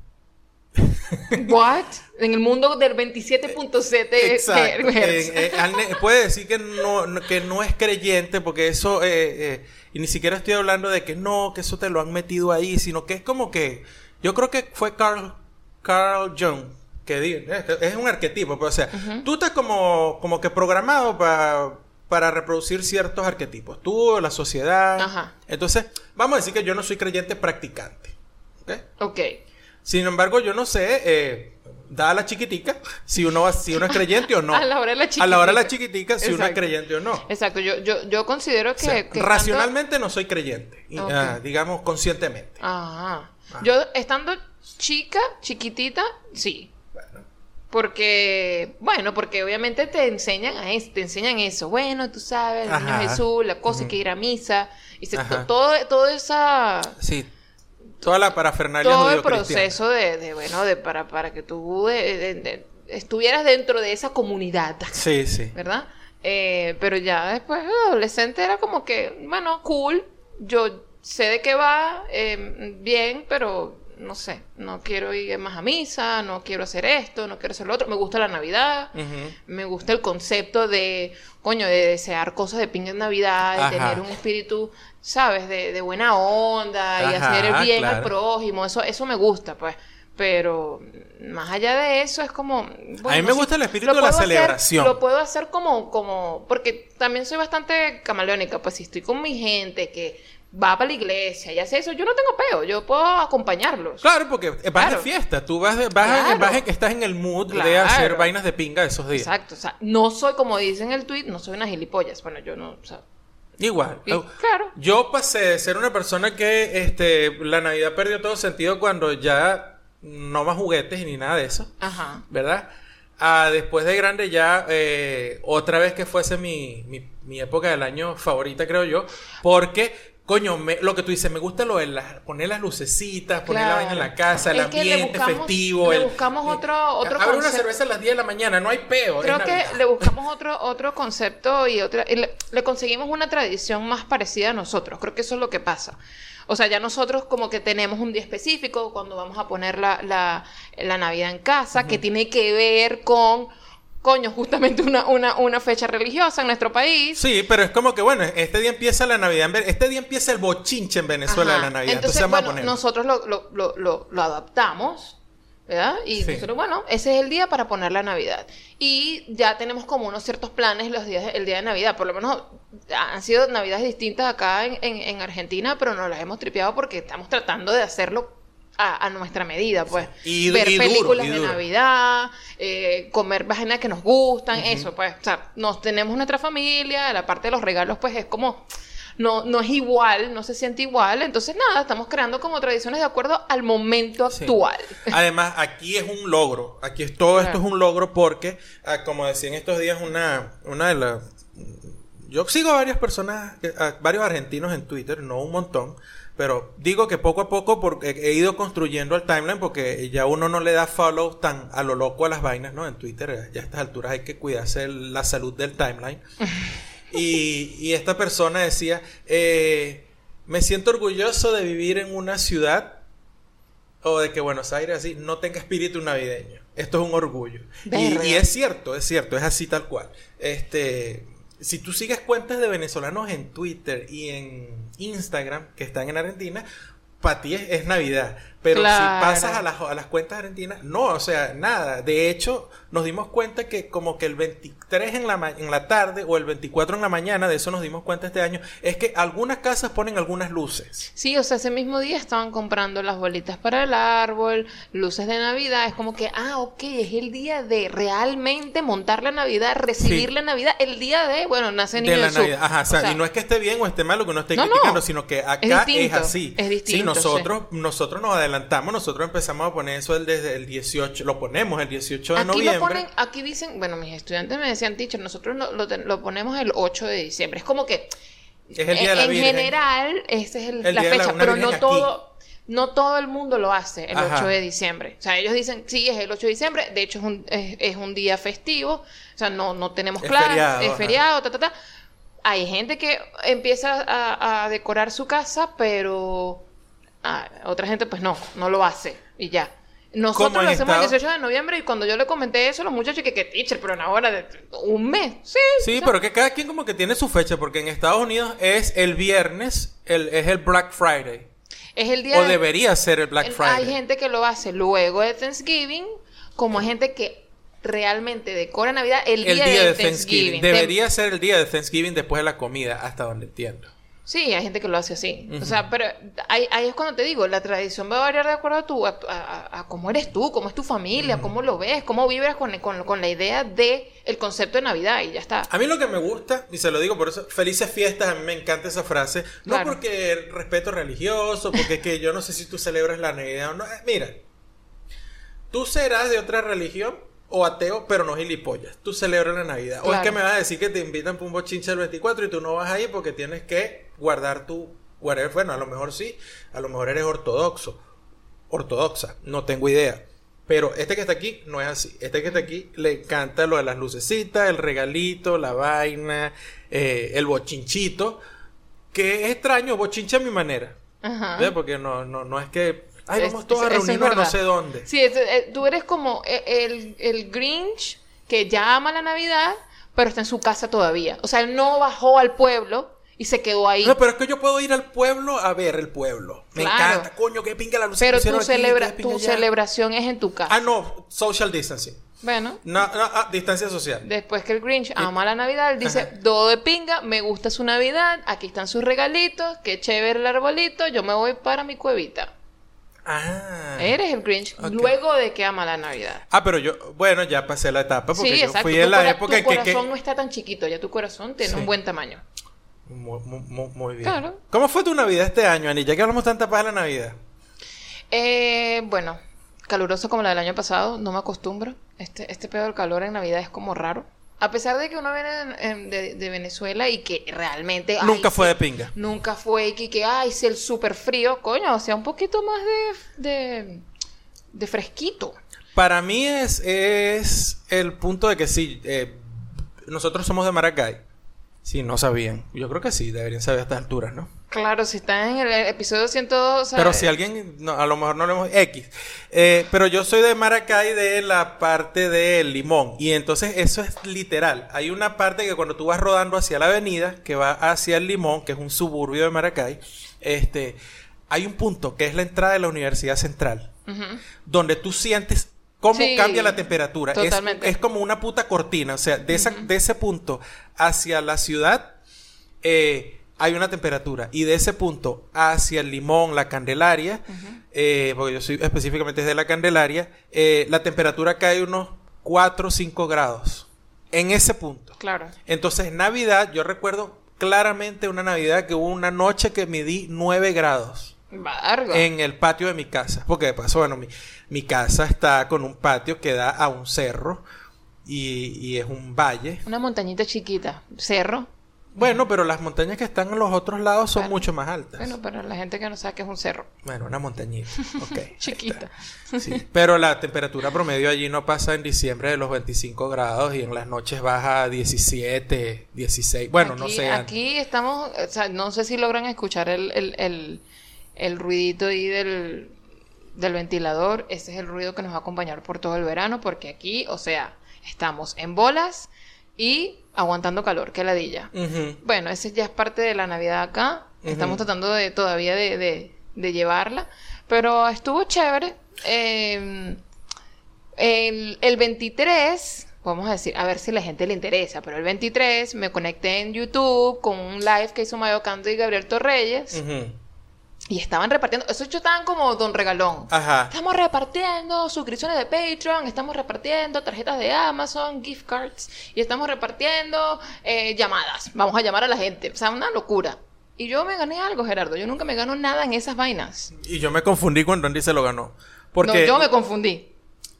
What? En el mundo del veintisiete punto siete Exacto. hertz. Eh, eh, al ne- puede decir que no, no- que no es creyente, porque eso, eh, eh, y ni siquiera estoy hablando de que no, que eso te lo han metido ahí, sino que es como que, yo creo que fue Carl, Carl Jung que di- eh, es un arquetipo, pero, o sea, tú estás como, como que programado para para reproducir ciertos arquetipos, tú, la sociedad. Ajá. Entonces, vamos a decir que yo no soy creyente practicante, ¿ok? Ok. Sin embargo, yo no sé, eh, dada la chiquitica, si uno va, si uno es creyente o no. A la hora de la A la hora de la chiquitica. chiquitica, si uno es Exacto. creyente o no. Exacto, yo, yo, yo considero que... O sea, que racionalmente no soy creyente, y, Ok. ah, digamos conscientemente. estando- Ajá. Ah. Yo estando chica, chiquitita, sí. Bueno, Porque, bueno, porque obviamente te enseñan a eso, te enseñan eso. Bueno, tú sabes, el niño Ajá. Jesús, la cosa, hay Ujú. que ir a misa. Y se, Ajá. todo, todo esa... sí, toda la parafernalia todo el judio-cristiana. proceso de, de, bueno, de para, para que tú eh, de- de- estuvieras dentro de esa comunidad, Sí, sí. ¿verdad? Eh, pero ya después de adolescente era como que, bueno, cool, yo sé de qué va, eh, bien, pero no sé, no quiero ir más a misa, no quiero hacer esto, no quiero hacer lo otro, me gusta la Navidad, Ujú. me gusta el concepto de, coño, de desear cosas de pinga en Navidad, de Ajá. tener un espíritu, ¿sabes? De, de buena onda y Ajá, hacer el bien al claro. prójimo, eso, eso me gusta, pues. Pero más allá de eso es como... bueno, A mí me gusta el espíritu lo de la puedo hacer- celebración. lo puedo hacer como, como... Porque también soy bastante camaleónica, pues si estoy con mi gente que va para la iglesia y hace eso, yo no tengo peo, yo puedo acompañarlos. Claro, porque vas Claro. de fiesta, tú vas, de, vas, Claro. en- vas en- estás en el mood de Claro. hacer vainas de pinga esos días. Exacto, o sea, no soy, como dice en el tweet, no soy una gilipollas. Bueno, yo no, o sea... Igual. y- claro. Yo pasé de ser una persona que este, la Navidad perdió todo sentido cuando ya no más juguetes ni nada de eso, Ajá. ¿verdad? A después de grande ya, eh, otra vez que fuese mi, mi, mi época del año favorita, creo yo, porque... Coño, me- lo que tú dices, me gusta lo de las- poner las lucecitas, poner la Claro. vaina en la casa, el Es que le ambiente buscamos- festivo. le el- buscamos otro- otro Abre una concepto. cerveza a las diez de la mañana, no hay peo. Creo es que Navidad. le buscamos otro, otro concepto y otra, y le, le conseguimos una tradición más parecida a nosotros. Creo que eso es lo que pasa. O sea, ya nosotros como que tenemos un día específico cuando vamos a poner la, la, la Navidad en casa, que tiene que ver con, coño, justamente una, una, una fecha religiosa en nuestro país. Sí, pero es como que, bueno, este día empieza la Navidad, en Ve- este día empieza el bochinche en Venezuela Ajá. de la Navidad. Entonces, Entonces, vamos bueno, a poner. nosotros lo, lo, lo, lo, lo adaptamos, ¿verdad? Y Sí. nosotros, bueno, ese es el día para poner la Navidad. Y ya tenemos como unos ciertos planes los días, el día de Navidad. Por lo menos han sido Navidades distintas acá en, en, en Argentina, pero nos las hemos tripeado porque estamos tratando de hacerlo a, a nuestra medida, pues. Y- ver y duro, películas y de duro. Navidad, eh, comer vainas que nos gustan, eso, pues. O sea, nos tenemos nuestra familia, la parte de los regalos, pues es como... No, no es igual, no se siente igual. Entonces, nada, estamos creando como tradiciones de acuerdo al momento Sí. actual. Además, aquí es un logro. Aquí es todo esto Claro. es un logro porque, ah, como decía en estos días, una, una de las. Yo sigo a varias personas, que- a varios argentinos en Twitter, no un montón, Pero digo que poco a poco porque he ido construyendo el timeline porque ya uno no le da follow tan a lo loco a las vainas, ¿no? En Twitter ya a estas alturas hay que cuidarse el, la salud del timeline. y, y esta persona decía, eh, me siento orgulloso de vivir en una ciudad o de que Buenos Aires así no tenga espíritu navideño. Esto es un orgullo. Y, y es cierto, es cierto, es así tal cual. Este... Si tú sigues cuentas de venezolanos en Twitter y en Instagram que están en Argentina, para ti es, es Navidad. Pero Claro. si pasas a las, a las cuentas argentinas, no, o sea, nada. De hecho, nos dimos cuenta que como que el veintitrés en la, ma- en la tarde o el veinticuatro en la mañana, de eso nos dimos cuenta este año, es que algunas casas ponen algunas luces. Sí, o sea, ese mismo día estaban comprando las bolitas para el árbol, luces de Navidad. Es como que, ah, ok, es el día de realmente montar la Navidad, recibir Sí. la Navidad, el día de, bueno, nace Niño De la Jesús. Navidad. Ajá, o sea, O sea, y no es que esté bien o esté malo, que uno esté No, no. criticando, sino que acá Es es, distinto, así. es distinto, Sí, nosotros, nosotros nos adelantamos, nosotros empezamos a poner eso el- desde el dieciocho, lo ponemos el dieciocho de Aquí noviembre. lo ponen, aquí dicen, bueno, mis estudiantes me decían, teacher, nosotros lo, lo, ten- lo ponemos el ocho de diciembre. Es como que, Es el día de la en Virgen. general, esta es el- El la día de la- fecha, una pero Virgen no aquí. todo, no todo el mundo lo hace el Ajá. ocho de diciembre. O sea, ellos dicen, sí, es el ocho de diciembre, de hecho es un, es, es un día festivo, o sea, no, no tenemos Es clases, feriado, es ajá. feriado, ta, ta, ta. Hay gente que empieza a, a decorar su casa, pero ah, otra gente pues no, no lo hace y ya. Como Nosotros en lo hacemos el Estados- dieciocho de noviembre y cuando yo le comenté eso, los muchachos que, que teacher, pero en ahora de un mes. Sí, Sí, o sea, pero que cada quien como que tiene su fecha, porque en Estados Unidos es el viernes, el, es el Black Friday. es el día O de- debería ser el Black el- Friday. Hay gente que lo hace luego de Thanksgiving, como hay gente que realmente decora Navidad el día, el día de, de Thanksgiving. Thanksgiving. Debería ser el día de Thanksgiving después de la comida, hasta donde entiendo. Sí, hay gente que lo hace así. Ujú. O sea, pero ahí, ahí es cuando te digo, la tradición va a variar de acuerdo a tú, a, a- a cómo eres tú, cómo es tu familia, cómo lo ves, cómo vibras con, con, con la idea de el concepto de Navidad y ya está. A mí lo que me gusta, y se lo digo por eso, felices fiestas, a mí me encanta esa frase. No Claro. porque el respeto religioso, porque es que yo no sé si tú celebras la Navidad o no. Eh, Mira, tú serás de otra religión o ateo, pero no gilipollas. Tú celebras la Navidad. O es Claro. que me vas a decir que te invitan para un bochinche el veinticuatro y tú no vas ahí porque tienes que guardar tu... whatever. Bueno, a lo mejor sí, a lo mejor eres ortodoxo, ortodoxa, no tengo idea. Pero este que está aquí no es así. Este que está aquí le encanta lo de las lucecitas, el regalito, la vaina, eh, el bochinchito. Que es extraño, bochinche a mi manera. Ajá. ¿Ves? Porque no, no, no es que... Ay, Es- vamos todos a eso- eso es reunirnos a no verdad. sé dónde. Sí, es- eh, tú eres como eh, el, el Grinch que ya ama la Navidad, pero está en su casa todavía. O sea, él no bajó al pueblo y se quedó ahí. No, pero es que yo puedo ir al pueblo a ver el pueblo. Me Claro. encanta, coño, que pinga la luz. pero pusieron tu, aquí, celebra, que pinga tu allá. celebración es en tu casa. Ah, no, social distancing. Bueno, No, no, ah, distancia social. después que el Grinch ama la Navidad, él dice, Ajá. todo de pinga, me gusta su Navidad, aquí están sus regalitos, qué chévere el arbolito, yo me voy para mi cuevita. Ah. Eres el Grinch Ok. luego de que ama la Navidad. Ah, pero yo, bueno, ya pasé la etapa porque Sí, yo exacto. fui Tu en la cora- época tu en que, que... corazón no está tan chiquito, ya tu corazón tiene Sí. un buen tamaño. Muy, muy, muy bien. Claro. ¿Cómo fue tu Navidad este año, Ani? Ya que hablamos tanta paz de la Navidad. Eh, bueno, caluroso como la del año pasado, no me acostumbro. Este, este pedo del calor en Navidad es como raro. A pesar de que uno viene en- en- de, de Venezuela y que realmente... ay, Nunca fue sí, de pinga. Nunca fue que, que ay, sí, el súper frío. Coño, o sea, un poquito más de, de, de fresquito. Para mí es, es el punto de que sí, eh, nosotros somos de Maracay. Sí, no sabían. Yo creo que sí, deberían saber a estas alturas, ¿no? Claro, si está en el episodio ciento dos... o sea, Pero si alguien, no, a lo mejor no lo hemos... X. Eh, pero yo soy de Maracay, de la parte de Limón. Y entonces eso es literal. Hay una parte que cuando tú vas rodando hacia la avenida, que va hacia el Limón, que es un suburbio de Maracay, este, hay un punto que es la entrada de la Universidad Central, ujú. donde tú sientes cómo Sí, cambia la temperatura. Es, totalmente. es como una puta cortina. O sea, de, esa, de ese punto hacia la ciudad... Eh, hay una temperatura y de ese punto hacia el Limón, la Candelaria, eh, porque yo soy específicamente desde la Candelaria, eh, la temperatura cae unos cuatro o cinco grados en ese punto. Claro. Entonces, Navidad, yo recuerdo claramente una Navidad que hubo una noche que medí nueve grados Varga. en el patio de mi casa, porque de paso, bueno, mi, mi casa está con un patio que da a un cerro y, y es un valle. Una montañita chiquita. Cerro. Bueno, pero las montañas que están en los otros lados son Bueno. mucho más altas. Bueno, pero la gente que no sabe que es un cerro. Bueno, una montañita. Ok. ahí Chiquita. está. Sí. Pero la temperatura promedio allí no pasa en diciembre de los veinticinco grados y en las noches baja a diecisiete, dieciséis. Bueno, aquí, no sé. Aquí estamos, o sea, no sé si logran escuchar el, el, el, el ruidito ahí del, del ventilador. Ese es el ruido que nos va a acompañar por todo el verano, porque aquí, o sea, estamos en bolas y aguantando calor, qué ladilla. Ujú. Bueno, ese ya es parte de la Navidad acá. Estamos Ujú. tratando de todavía de, de, de llevarla, pero estuvo chévere. Eh, el, el veintitrés, vamos a decir, a ver si a la gente le interesa, pero el veintitrés me conecté en YouTube con un live que hizo Mayo Canto y Gabriel Torreyes. Ujú. Y estaban repartiendo, esos hechos estaban como Don Regalón. Ajá. Estamos repartiendo suscripciones de Patreon, estamos repartiendo tarjetas de Amazon, gift cards, y estamos repartiendo eh, llamadas. Vamos a llamar a la gente. O sea, una locura. Y yo me gané algo, Gerardo. Yo nunca me gano nada en esas vainas. Y yo me confundí cuando Andy se lo ganó. Porque... No, yo me confundí.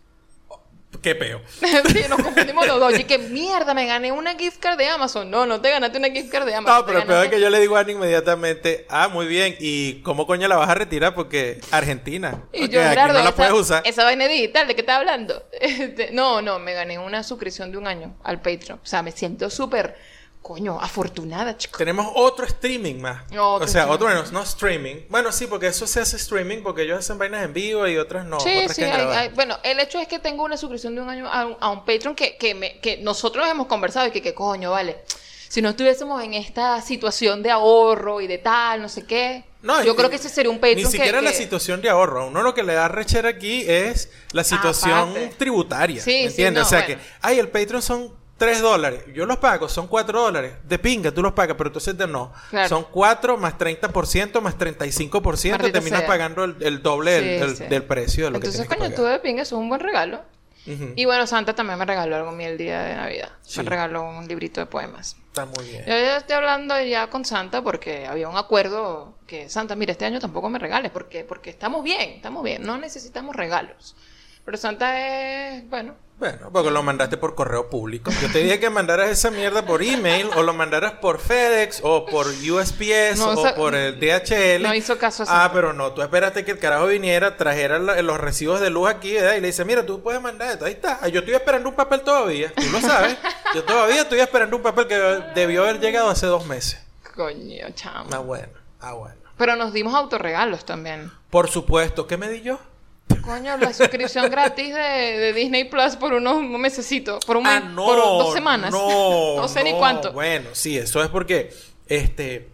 Qué peo. Sí, nos confundimos los dos. Y que mierda, me gané una gift card de Amazon. No, no te ganaste una gift card de Amazon. No, pero te el peor es ganaste- que yo le digo a Andy inmediatamente, ah, muy bien, ¿y cómo coño la vas a retirar? Porque Argentina. Y Porque yo, aquí Gerardo, no la esa, puedes usar. esa vaina digital, ¿de qué estás hablando? Este, no, no, me gané una suscripción de un año al Patreon. O sea, me siento súper, coño, afortunada, chico. Tenemos otro streaming más. Otro o sea, streaming. otro menos, no streaming. Bueno, sí, porque eso se hace streaming porque ellos hacen vainas en vivo y otras no. Sí, otras sí, que hay- grabar. hay- bueno, el hecho es que tengo una suscripción de un año a un, a un Patreon que, que, me, que nosotros hemos conversado y que, que coño, vale. Si no estuviésemos en esta situación de ahorro y de tal, no sé qué. No, yo y- creo que ese sería un Patreon Ni que- siquiera la que- situación de ahorro. A uno lo que le da rechera aquí es la situación Aparte. tributaria. Sí, ¿Me sí, entiendes? no, o sea bueno. que, ay, el Patreon son tres dólares. Yo los pago, son cuatro dólares. De pinga, tú los pagas, pero entonces de no. Claro. Son cuatro más treinta por ciento más treinta y cinco por ciento. Maldita Terminas sea. pagando el, el doble del, Sí, del- sí. del precio de lo Entonces, que tienes coño, que tú pagar. de pinga, eso es un buen regalo. Ujú. Y bueno, Santa también me regaló algo a mí el día de Navidad. Sí. Me regaló un librito de poemas. Está muy bien. Yo ya estoy hablando ya con Santa porque había un acuerdo que, Santa, mira, este año tampoco me regales porque, porque estamos bien, estamos bien, no necesitamos regalos. Pero Santa es, bueno, Bueno, porque lo mandaste por correo público. Yo te dije que mandaras esa mierda por email o lo mandaras por FedEx o por U S P S No, o eso- por el D H L. no hizo caso a Ah, Santa. pero no, tú esperaste que el carajo viniera, trajera la- los recibos de luz aquí, ¿verdad? Y le dice, mira, tú puedes mandar esto. Ahí está. Ah, yo estoy esperando un papel todavía. Tú lo sabes. Yo todavía estoy esperando un papel que debió haber llegado hace dos meses. coño, chamo. Ah, bueno. Ah, bueno. Pero nos dimos autorregalos también. Por supuesto. ¿Qué me di yo? Coño, la suscripción gratis de, de Disney Plus por unos mesecitos, por un mes, Ah, no, por dos semanas. No, no sé ni no. cuánto. Bueno, sí, eso es porque, este,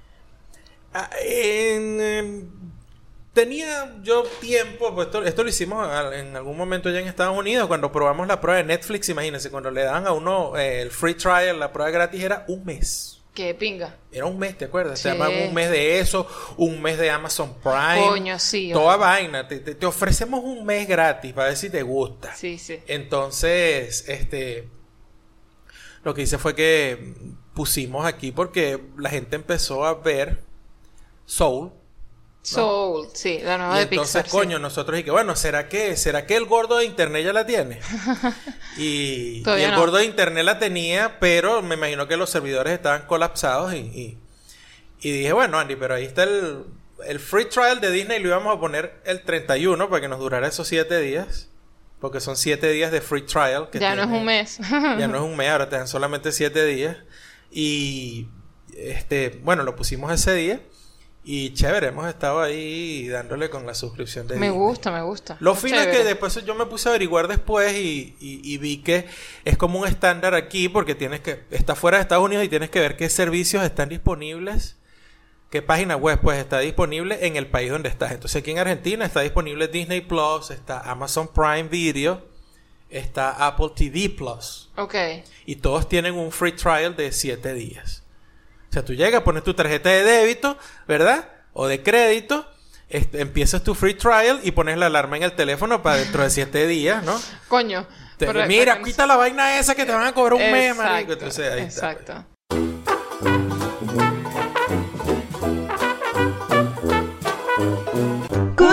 ah, en, em, tenía yo tiempo, pues esto, esto lo hicimos al- en algún momento ya en Estados Unidos, cuando probamos la prueba de Netflix, imagínense, cuando le daban a uno eh, el free trial, la prueba gratis era un mes. Qué pinga. Era un mes, ¿te acuerdas? Sí. Se llamaban un mes de eso, un mes de Amazon Prime. Coño, sí, Toda vale. vaina. Te, te- te ofrecemos un mes gratis para ver si te gusta. Sí, sí. Entonces, este, lo que hice fue que pusimos aquí porque la gente empezó a ver Soul. Soul, sí, la nueva Y de entonces, Pixar. coño, nosotros dije, bueno, ¿será que, ¿será que el gordo de internet ya la tiene? Y, y Todavía el no. gordo de internet la tenía, pero me imagino que los servidores estaban colapsados y, y, y dije, bueno, Andy, pero ahí está el, el free trial de Disney, lo íbamos a poner el treinta y uno para que nos durara esos siete días, porque son siete días de free trial. Que Ya no es tiene- un mes. Ya no es un mes, ahora te dan solamente siete días. Y, este, bueno, lo pusimos ese día. Y chévere, hemos estado ahí dándole con la suscripción de Me Disney. gusta, me gusta. Lo Muy fino es que chévere. después yo me puse a averiguar después y, y- y vi que es como un estándar aquí porque tienes que, está fuera de Estados Unidos y tienes que ver qué servicios están disponibles, qué página web pues está disponible en el país donde estás. Entonces aquí en Argentina está disponible Disney Plus, está Amazon Prime Video, está Apple T V Plus Ok. y todos tienen un free trial de siete días. O sea, tú llegas, pones tu tarjeta de débito, ¿verdad? O de crédito, este, empiezas tu free trial y pones la alarma en el teléfono para dentro de siete días, ¿no? Coño. Te- pero- mira, pero- quita la vaina esa que te van a cobrar un mes, Exacto, marico. Entonces, ahí está, pues. Exacto.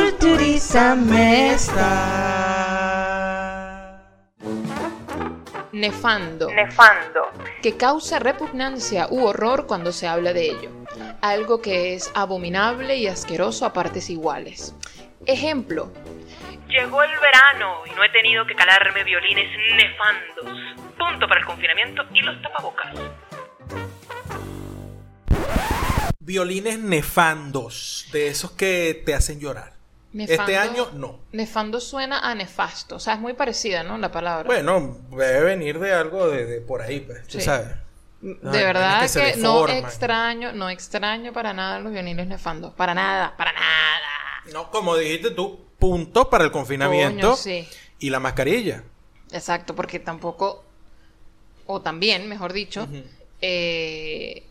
Culturiza Mesta. Nefando. Nefando. Que causa repugnancia u horror cuando se habla de ello. Algo que es abominable y asqueroso a partes iguales. Ejemplo. Llegó el verano y no he tenido que calarme violines nefandos. Punto para el confinamiento y los tapabocas. Violines nefandos, de esos que te hacen llorar. Nefando, este año no. Nefando suena a nefasto. O sea, es muy parecida, ¿no? La palabra. Bueno, debe venir de algo de, de por ahí, pues, tú Sí. sabes. De No, verdad que se que no deforman. extraño, no extraño para nada los violines nefandos. Para nada, para nada. No, como dijiste tú, punto para el confinamiento. Coño, sí. Y la mascarilla. Exacto, porque tampoco, o también, mejor dicho, Ujú. eh,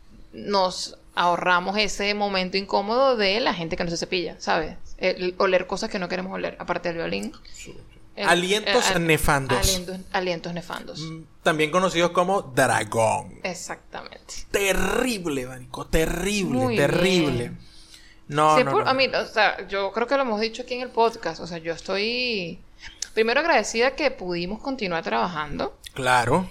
nos ahorramos ese momento incómodo de la gente que no se cepilla, ¿sabes? El oler cosas que no queremos oler, aparte del violín. El- Alientos eh, al- nefandos. Alientos, alientos nefandos. Mm, También conocidos como dragón. Exactamente. Terrible, marico, terrible, Muy terrible. bien. No, Sí, no, por- no. A mí, o sea, yo creo que lo hemos dicho aquí en el podcast. O sea, yo estoy primero agradecida que pudimos continuar trabajando, Claro.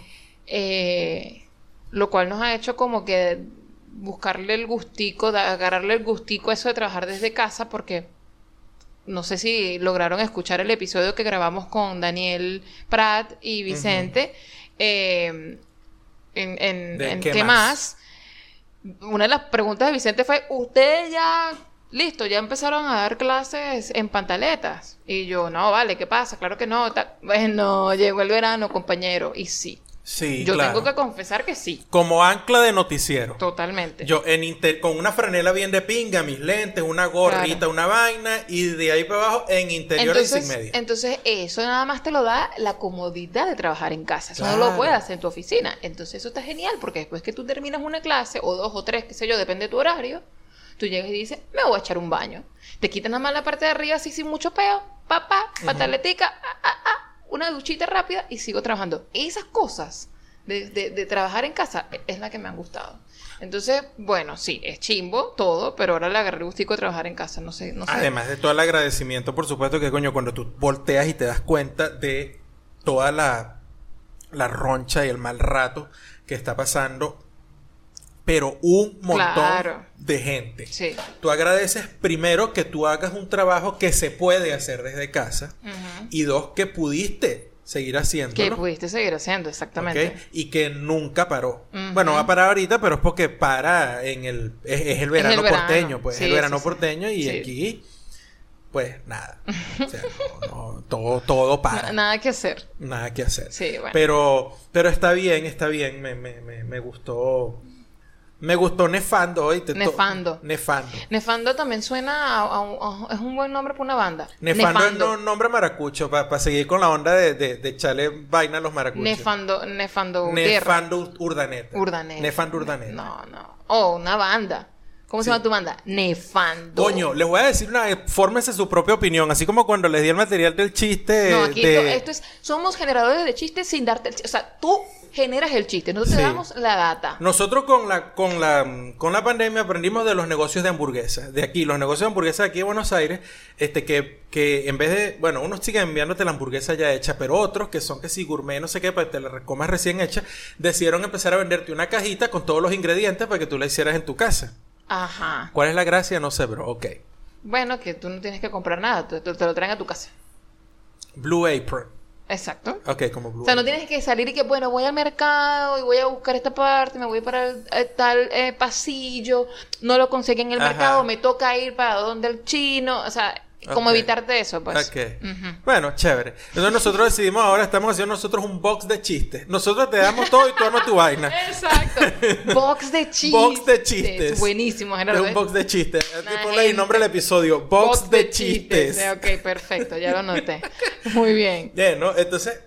eh, lo cual nos ha hecho como que buscarle el gustico, da- agarrarle el gustico a eso de trabajar desde casa, porque no sé si lograron escuchar el episodio que grabamos con Daniel Prat y Vicente. eh, en en, ¿De en qué ¿Qué más? más? Una de las preguntas de Vicente fue, ¿ustedes ya, listo, ya empezaron a dar clases en pantaletas? Y yo, no, vale, ¿qué pasa? Claro que no. ta- Bueno, llegó el verano, compañero, y sí. Sí, Yo claro. tengo que confesar que sí, Como ancla de noticiero. totalmente. Yo en inter- con una franela bien de pinga, mis lentes, una gorrita, Claro. una vaina, y de ahí para abajo en interiores entonces, sin media. entonces, eso nada más te lo da la comodidad de trabajar en casa. Eso no Claro. lo puedes hacer en tu oficina. Entonces, eso está genial, porque después que tú terminas una clase, o dos o tres, qué sé yo, depende de tu horario, tú llegas y dices, me voy a echar un baño. Te quitas nada más la parte de arriba así sin mucho peo, papá, pataletica, ah, ah, ah, una duchita rápida y sigo trabajando. Esas cosas de, de, de trabajar en casa es la que me han gustado. Entonces, bueno, sí, es chimbo todo, pero ahora le agarré el gustico de trabajar en casa. No sé, no sé. Además de todo el agradecimiento, por supuesto, que coño, cuando tú volteas y te das cuenta de toda la, la roncha y el mal rato que está pasando, pero un montón Claro. de gente. Sí. Tú agradeces primero que tú hagas un trabajo que se puede hacer desde casa, Ujú. y dos, que pudiste seguir haciéndolo. Que pudiste seguir haciendo, exactamente. ¿Ok? Y que nunca paró. Ujú. Bueno, va a parar ahorita, pero es porque para en el... Es, es el verano verano. porteño, pues. Sí, es el verano sí, sí. porteño y Sí. aquí, pues, nada. O sea, no, no, todo, todo para. Na- nada que hacer. Nada que hacer. Sí, bueno. Pero, pero está bien, está bien. Me, me, me, me gustó... Me gustó Nefando hoy. Te to- Nefando. Nefando. Nefando también suena a, a un- a- es un buen nombre para una banda. Nefando, es no- nombre maracucho, para seguir con la onda de, de, de echarle vaina a los maracuchos. Nefando, Nefando Guerra. Nefando Urdaneta. Urdaneta. Nefando Urdaneta. No, no. Oh, una banda. ¿Cómo Sí. se llama tu banda? Nefando. Coño, les voy a decir una vez, fórmense su propia opinión, así como cuando les di el material del chiste No, aquí de... esto, esto es, somos generadores de chistes sin darte el chiste. O sea, tú generas el chiste, nosotros Sí. te damos la data. Nosotros con la, con la con la pandemia aprendimos de los negocios de hamburguesas. De aquí, los negocios de hamburguesas de aquí de Buenos Aires, este que, que en vez de, bueno, unos siguen enviándote la hamburguesa ya hecha, pero otros que son que si gourmet, no sé qué, para que te la comas recién hecha, decidieron empezar a venderte una cajita con todos los ingredientes para que tú la hicieras en tu casa. Ajá. ¿Cuál es la gracia? No sé, bro. Ok. Bueno, que tú no tienes que comprar nada, te, te- te lo traen a tu casa. Blue Apron. Exacto. Ok, como Blue O sea, no Apron. tienes que salir y que, bueno, voy al mercado y voy a buscar esta parte, me voy para el, eh, tal eh, pasillo, no lo conseguí en el Ajá. mercado, me toca ir para donde el chino, o sea, como Ok. evitarte eso, pues. Ok. Ujú. Bueno, chévere. Entonces nosotros decidimos ahora, estamos haciendo nosotros un box de chistes. Nosotros te damos todo y tú armas tu vaina. Exacto. Box de chistes. Box de chistes. Buenísimo, Es Gerardo. un box de chistes. Una Ponle ahí gente. nombre del episodio. Box, de, chistes. Eh, Ok, perfecto, ya lo noté. Muy bien. Bien, ¿no? Entonces...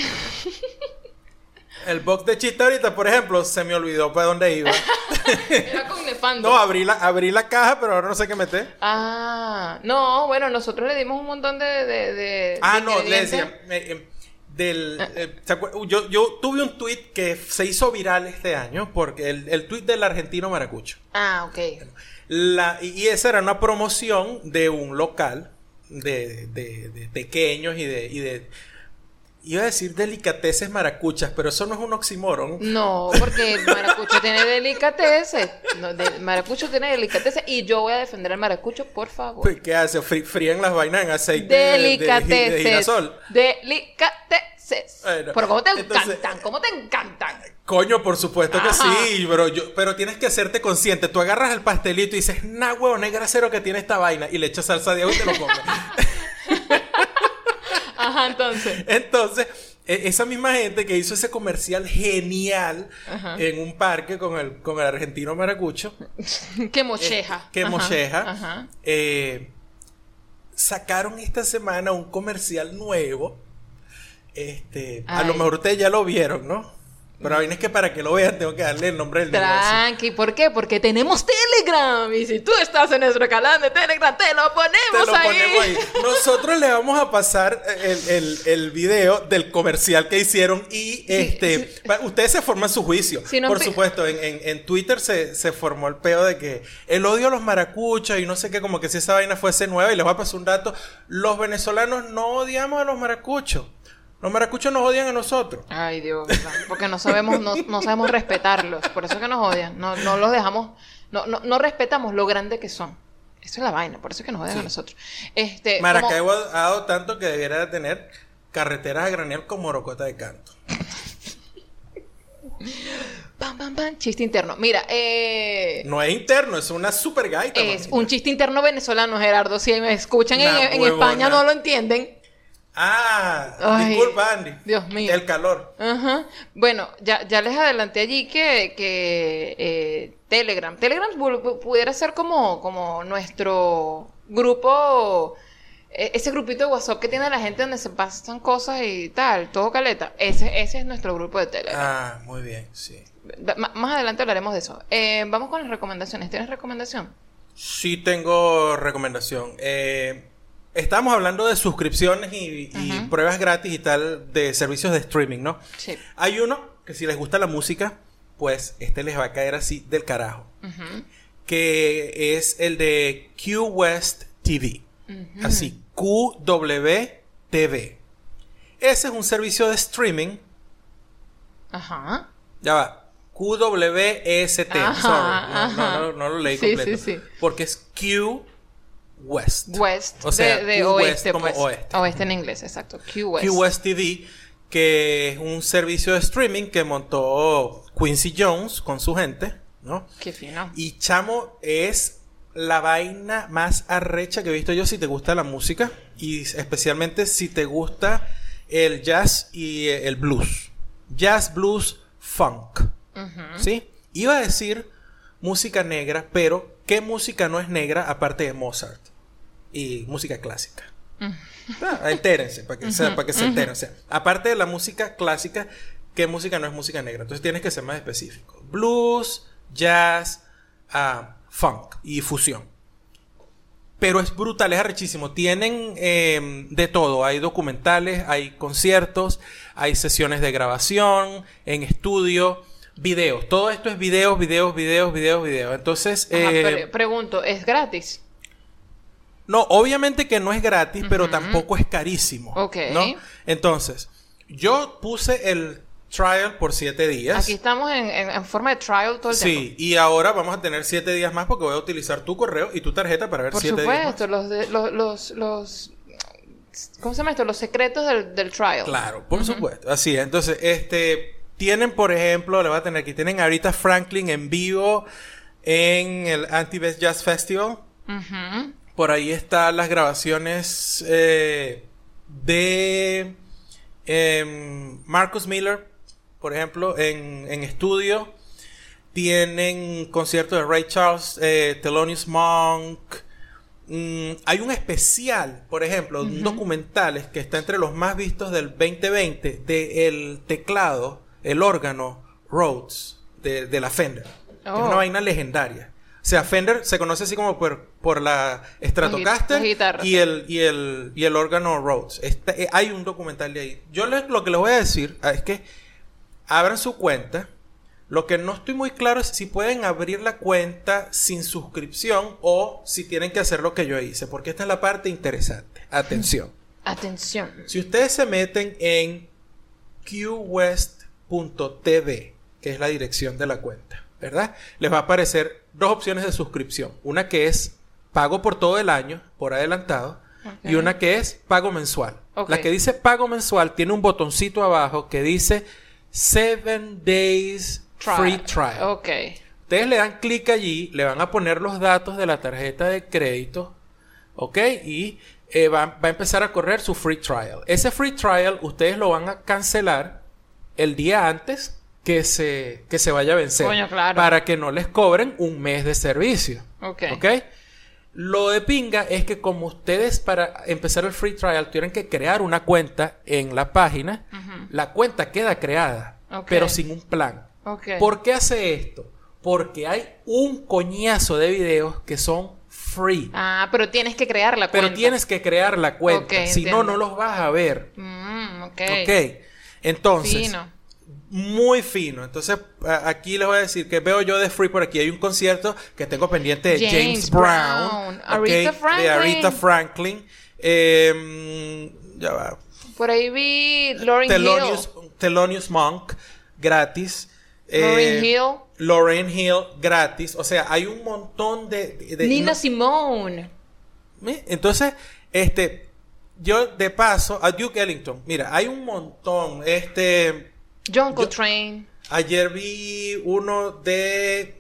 el box de chistes ahorita, por ejemplo, se me olvidó para dónde iba. Era con Nefando. No, abrí la, abrí la caja, pero ahora no sé qué meter. Ah, no, bueno, nosotros le dimos un montón de. de, de Ah, de no, le ingredientes. decía... eh, eh, del, eh, ¿se acuer- yo, yo tuve un tweet que se hizo viral este año porque el, el tweet del argentino maracucho. Ah, ok. La, y y esa era una promoción de un local de, de, de pequeños y de, y de Iba a decir delicateces maracuchas, pero eso no es un oxímoron. No, porque el maracucho tiene delicateces. No, de- el maracucho tiene delicateces y yo voy a defender al maracucho, por favor. Pues, ¿qué hace? Fri- fríen las vainas en aceite de, de, de, Delicateces. de girasol. Delicateces. Bueno, pero cómo te entonces- encantan, cómo te encantan. Coño, por supuesto que Ajá. sí, pero yo, pero tienes que hacerte consciente. Tú agarras el pastelito y dices, nah, huevón, es grasero que tiene esta vaina, y le echas salsa de agua y te lo comes. Ajá, entonces. Entonces, e- esa misma gente que hizo ese comercial genial Ajá. en un parque con el, con el argentino maracucho, Qué mocheja. que Ajá, mocheja, Ajá. eh, sacaron esta semana un comercial nuevo. Este, a Ay. lo mejor ustedes ya lo vieron, ¿no? Pero a mí es que para que lo vean tengo que darle el nombre del negocio. Tranqui, ¿por qué? Porque tenemos Telegram. Y si tú estás en nuestro canal de Telegram, te lo ponemos, Te lo ahí. ponemos ahí. Nosotros le vamos a pasar el, el, el video del comercial que hicieron y este sí. pa- ustedes se forman su juicio. Si no Por empi- supuesto, en, en, en Twitter se, se formó el peo de que el odio a los maracuchos y no sé qué, como que si esa vaina fuese nueva. Y les voy a pasar un dato. Los venezolanos no odiamos a los maracuchos. Los maracuchos nos odian a nosotros. Ay, Dios, ¿verdad? Porque no sabemos, no, no sabemos respetarlos. Por eso es que nos odian. No, no los dejamos, no, no, no respetamos lo grande que son. Eso es la vaina, por eso es que nos odian Sí. a nosotros. Este, Maracaibo ha dado tanto que debiera de tener carreteras a granel con morocota de canto. como- Pam, pam, pam, chiste interno. Mira, eh... No es interno, es una super gaita. es mamita. un chiste interno venezolano, Gerardo. Si me escuchan en, Una en huevona. España no lo entienden. Ah, Ay, disculpa, Andy. Dios mío. El calor. Ajá. Bueno, ya, ya les adelanté allí que, que eh, Telegram. Telegram pu- pudiera ser como, como nuestro grupo, eh, ese grupito de WhatsApp que tiene la gente donde se pasan cosas y tal, todo caleta. Ese, ese es nuestro grupo de Telegram. Ah, muy bien, sí. Da- ma- más adelante hablaremos de eso. Eh, vamos con las recomendaciones. ¿Tienes recomendación? Sí tengo recomendación. Eh, estamos hablando de suscripciones y, y Ujú. pruebas gratis y tal de servicios de streaming, ¿no? Sí. Hay uno que si les gusta la música, pues este les va a caer así del carajo. Ujú. Que es el de Q West T V. Ujú. Así, Q W T V. Ese es un servicio de streaming. Ajá. Ya va. Q W E S T. Ajá, Sorry. No, ajá. no, no, no lo leí Sí, completo. sí, sí. Porque es Q West. West, O sea, de, de Q oeste, West como pues. oeste. Oeste en inglés, exacto. Q West. Q West T V, que es un servicio de streaming que montó Quincy Jones con su gente, ¿no? Qué fino. Y chamo, es la vaina más arrecha que he visto yo si te gusta la música y especialmente si te gusta el jazz y el blues. Jazz, blues, funk. Ujú. ¿Sí? Iba a decir música negra, pero ¿qué música no es negra aparte de Mozart? Y música clásica. Ah, entérense, para que, se- para que se enteren. O sea, aparte de la música clásica, ¿qué música no es música negra? Entonces tienes que ser más específico. Blues, jazz, ah, funk y fusión. Pero es brutal, es arrechísimo. Tienen eh, de todo. Hay documentales, hay conciertos, hay sesiones de grabación, en estudio, videos. Todo esto es videos, videos, videos, videos, videos. Entonces, Ajá, eh, pre- pregunto, ¿es gratis? no, obviamente que no es gratis, pero Ujú. tampoco es carísimo. Ok. ¿No? Entonces, yo puse el trial por siete días. Aquí estamos en, en- en forma de trial todo el tiempo. Sí, y ahora vamos a tener siete días más porque voy a utilizar tu correo y tu tarjeta para ver Por siete días más. supuesto, los, de- los, los, los... ¿Cómo se llama esto? Los secretos del, del trial. Claro, por supuesto. Así es. Entonces, este, tienen, por ejemplo, le voy a tener aquí, tienen a Aretha Franklin en vivo en el Anti-Best Jazz Festival. Ujú. Por ahí están las grabaciones eh, de em, Marcus Miller, por ejemplo, en, en estudio. Tienen conciertos de Ray Charles, eh, Thelonious Monk. Mm, hay un especial, por ejemplo, un documental que está entre los más vistos del veinte veinte del teclado, el órgano Rhodes de, de la Fender. Es Oh. una vaina legendaria. O sea, Fender se conoce así como por, por la Stratocaster Las guitarras, y sí. el, y, el, y el órgano Rhodes. Está- eh, hay un documental de ahí. Yo les- lo que les voy a decir ah, es que abran su cuenta. Lo que no estoy muy claro es si pueden abrir la cuenta sin suscripción o si tienen que hacer lo que yo hice, porque esta es la parte interesante. Atención. Atención. Si ustedes se meten en q west punto t v, que es la dirección de la cuenta, ¿verdad? Les va a aparecer dos opciones de suscripción. Una que es pago por todo el año, por adelantado, okay. y una que es pago mensual. Okay. La que dice pago mensual tiene un botoncito abajo que dice seven days trial. Free Trial. Okay. Ustedes le dan clic allí, le van a poner los datos de la tarjeta de crédito, ¿ok? Y eh, va, va a empezar a correr su free trial. Ese free trial ustedes lo van a cancelar el día antes que se, que se vaya a vencer. Coño, claro. Para que no les cobren un mes de servicio. Ok. ¿Ok? Lo de pinga es que como ustedes para empezar el free trial tienen que crear una cuenta en la página, uh-huh. la cuenta queda creada, okay. pero sin un plan. Okay. ¿Por qué hace esto? Porque hay un coñazo de videos que son free. Ah, pero tienes que crear la cuenta. Pero tienes que crear la cuenta. Okay, si entiendo. no, no los vas a ver. Mm, ok. Ok. Entonces, fino. Muy fino. Entonces, a- aquí les voy a decir que veo yo de free por aquí. Hay un concierto que tengo pendiente de James, James Brown. Brown. Aretha ok, Franklin. De Aretha Franklin. Eh, ya va. Por ahí vi Lauryn Thelonious, Hill. Thelonious Monk, gratis. Lauryn Eh, Hill. Lauryn Hill, gratis. O sea, hay un montón de... de- Nina no- Simone. ¿Eh? Entonces, este... Yo, de paso, a Duke Ellington. Mira, hay un montón. Este... John Coltrane. Ayer vi uno de...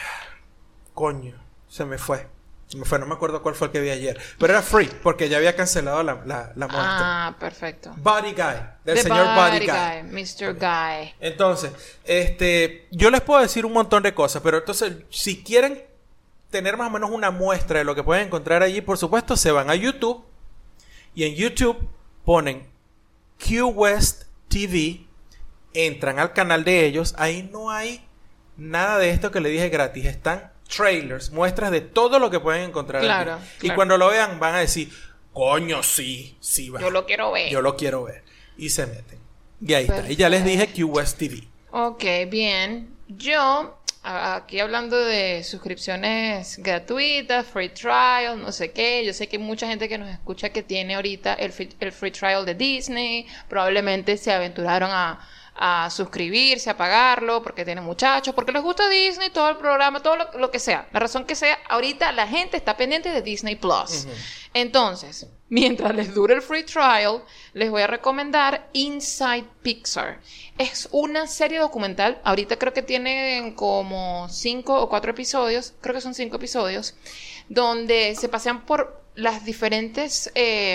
Coño, se me fue. Se me fue, no me acuerdo cuál fue el que vi ayer. Pero era free, porque ya había cancelado la, la, la muestra. Ah, perfecto. Body Guy, del The señor Body, Body Guy. Guy, mister Guy. Entonces, este, yo les puedo decir un montón de cosas, pero entonces, si quieren tener más o menos una muestra de lo que pueden encontrar allí, por supuesto, se van a YouTube y en YouTube ponen Q West T V, entran al canal de ellos, ahí no hay nada de esto que le dije gratis, están trailers, muestras de todo lo que pueden encontrar Claro, allí. Y claro. cuando lo vean van a decir, coño, sí, sí va. Yo lo quiero ver. Yo lo quiero ver. Y se meten. Y ahí está. Y ya les dije Q West T V. Ok, bien. Yo, a- aquí hablando de suscripciones gratuitas, free trial, no sé qué. Yo sé que hay mucha gente que nos escucha que tiene ahorita el free, el free trial de Disney. Probablemente se aventuraron a, a suscribirse, a pagarlo, porque tienen muchachos, porque les gusta Disney, todo el programa, todo lo, lo que sea. La razón que sea, ahorita la gente está pendiente de Disney Plus. Ujú. Entonces, mientras les dure el free trial, les voy a recomendar Inside Pixar. Es una serie documental. Ahorita creo que tienen como cinco o cuatro episodios. Creo que son cinco episodios. Donde se pasean por las diferentes... eh,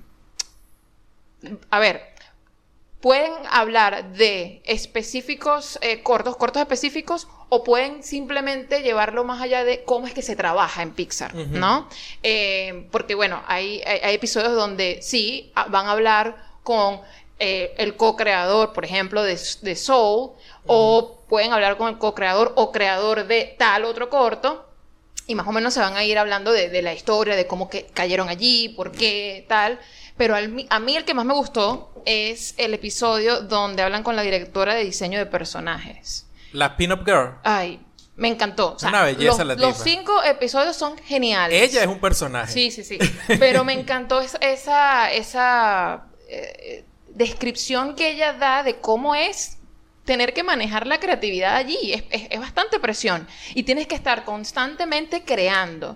a ver... Pueden hablar de específicos, eh, cortos, cortos específicos, o pueden simplemente llevarlo más allá de cómo es que se trabaja en Pixar, Ujú. ¿no? Eh, porque, bueno, hay, hay, hay episodios donde sí a- van a hablar con eh, el co-creador, por ejemplo, de, de Soul, o pueden hablar con el co-creador o creador de tal otro corto, y más o menos se van a ir hablando de, de la historia, de cómo que cayeron allí, por qué, tal. Pero al mi- a mí el que más me gustó es el episodio donde hablan con la directora de diseño de personajes. La Pin-Up Girl. Ay, me encantó. O sea, Una belleza los, la los tipa. cinco episodios son geniales. Ella es un personaje. Sí, sí, sí. Pero me encantó esa, esa, esa eh, descripción que ella da de cómo es tener que manejar la creatividad allí. Es, es- es bastante presión. Y tienes que estar constantemente creando.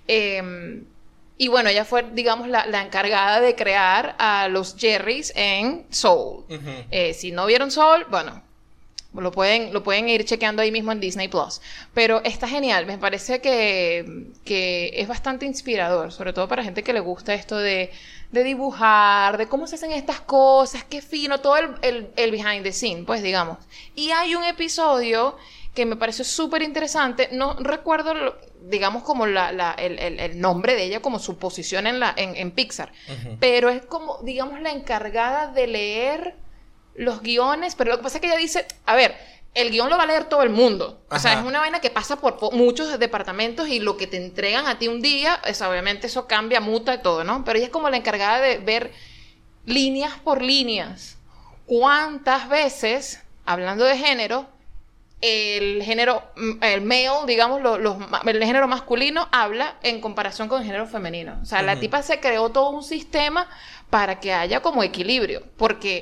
Eh, y bueno, ella fue, digamos, la, la encargada de crear a los Jerrys en Soul. Ujú. Eh, si no vieron Soul, bueno, lo pueden, lo pueden ir chequeando ahí mismo en Disney Plus. Pero está genial, me parece que, que es bastante inspirador, sobre todo para gente que le gusta esto de, de dibujar, de cómo se hacen estas cosas, qué fino, todo el, el, el behind the scene, pues digamos. Y hay un episodio que me pareció súper interesante, no recuerdo, lo- digamos, como la, la- el, el- el nombre de ella, como su posición en, la, en, en Pixar, Ujú. pero es como, digamos, la encargada de leer los guiones, pero lo que pasa es que ella dice, a ver, el guión lo va a leer todo el mundo. O sea, Ajá. es una vaina que pasa por po- muchos departamentos y lo que te entregan a ti un día, es, obviamente eso cambia, muta y todo, ¿no? Pero ella es como la encargada de ver líneas por líneas. ¿Cuántas veces, hablando de género, el género, mm, el male, digamos, lo- los ma- el género masculino habla en comparación con el género femenino? O sea, la Ujú. tipa se creó todo un sistema para que haya como equilibrio, porque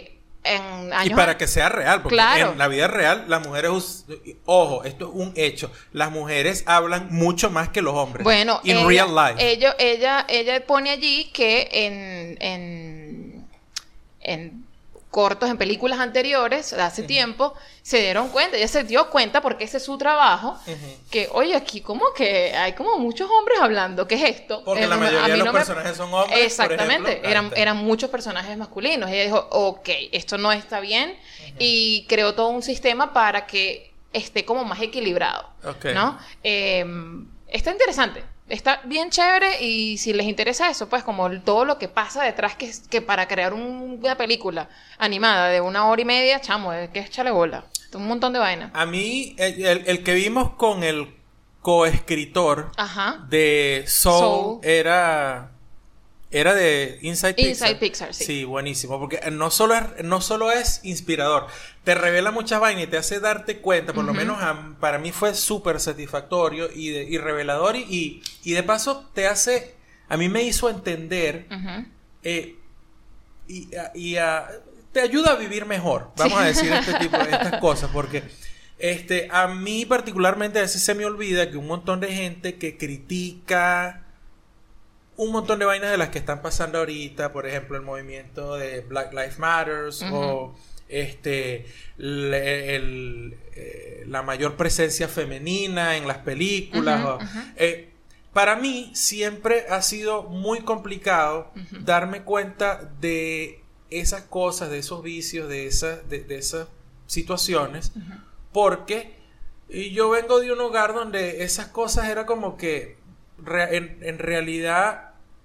en años... Y para que sea real, porque Claro. en la vida real las mujeres, us- ojo, esto es un hecho, las mujeres hablan mucho más que los hombres. Bueno, in ella, real life. Ella, ella, ella pone allí que en, en, en cortos, en películas anteriores, hace uh-huh. tiempo, se dieron cuenta, ella se dio cuenta porque ese es su trabajo, uh-huh. que, oye, aquí como que hay como muchos hombres hablando, ¿qué es esto? Porque eh, la mayoría de los no me... personajes son hombres. Exactamente, por ejemplo. eran, eran muchos personajes masculinos. Ella dijo, ok, esto no está bien, uh-huh. y creó todo un sistema para que esté como más equilibrado, okay. ¿no? Eh, está interesante. Está bien chévere y si les interesa eso, pues como todo lo que pasa detrás que, que para crear un, una película animada de una hora y media, chamo, es que es chale bola. Un montón de vainas. A mí, el, el, el que vimos con el coescritor Ajá. de Soul, Soul. era... Era de Inside Pixar. Inside Pixar, sí. Sí, buenísimo. Porque no solo es, no solo es inspirador, te revela muchas vainas y te hace darte cuenta, por uh-huh. lo menos a, para mí fue súper satisfactorio y, de, y revelador. Y, y, y de paso te hace, a mí me hizo entender uh-huh. eh, y, y a, te ayuda a vivir mejor, vamos sí. a decir este tipo de estas cosas. Porque este, a mí particularmente a veces se me olvida que un montón de gente que critica... un montón de vainas de las que están pasando ahorita, por ejemplo, el movimiento de Black Lives Matter uh-huh. o este le, el, eh, la mayor presencia femenina en las películas. Uh-huh, o, uh-huh. Eh, para mí siempre ha sido muy complicado uh-huh. darme cuenta de esas cosas, de esos vicios, de esas, de, de esas situaciones, uh-huh. porque yo vengo de un hogar donde esas cosas era como que En, en realidad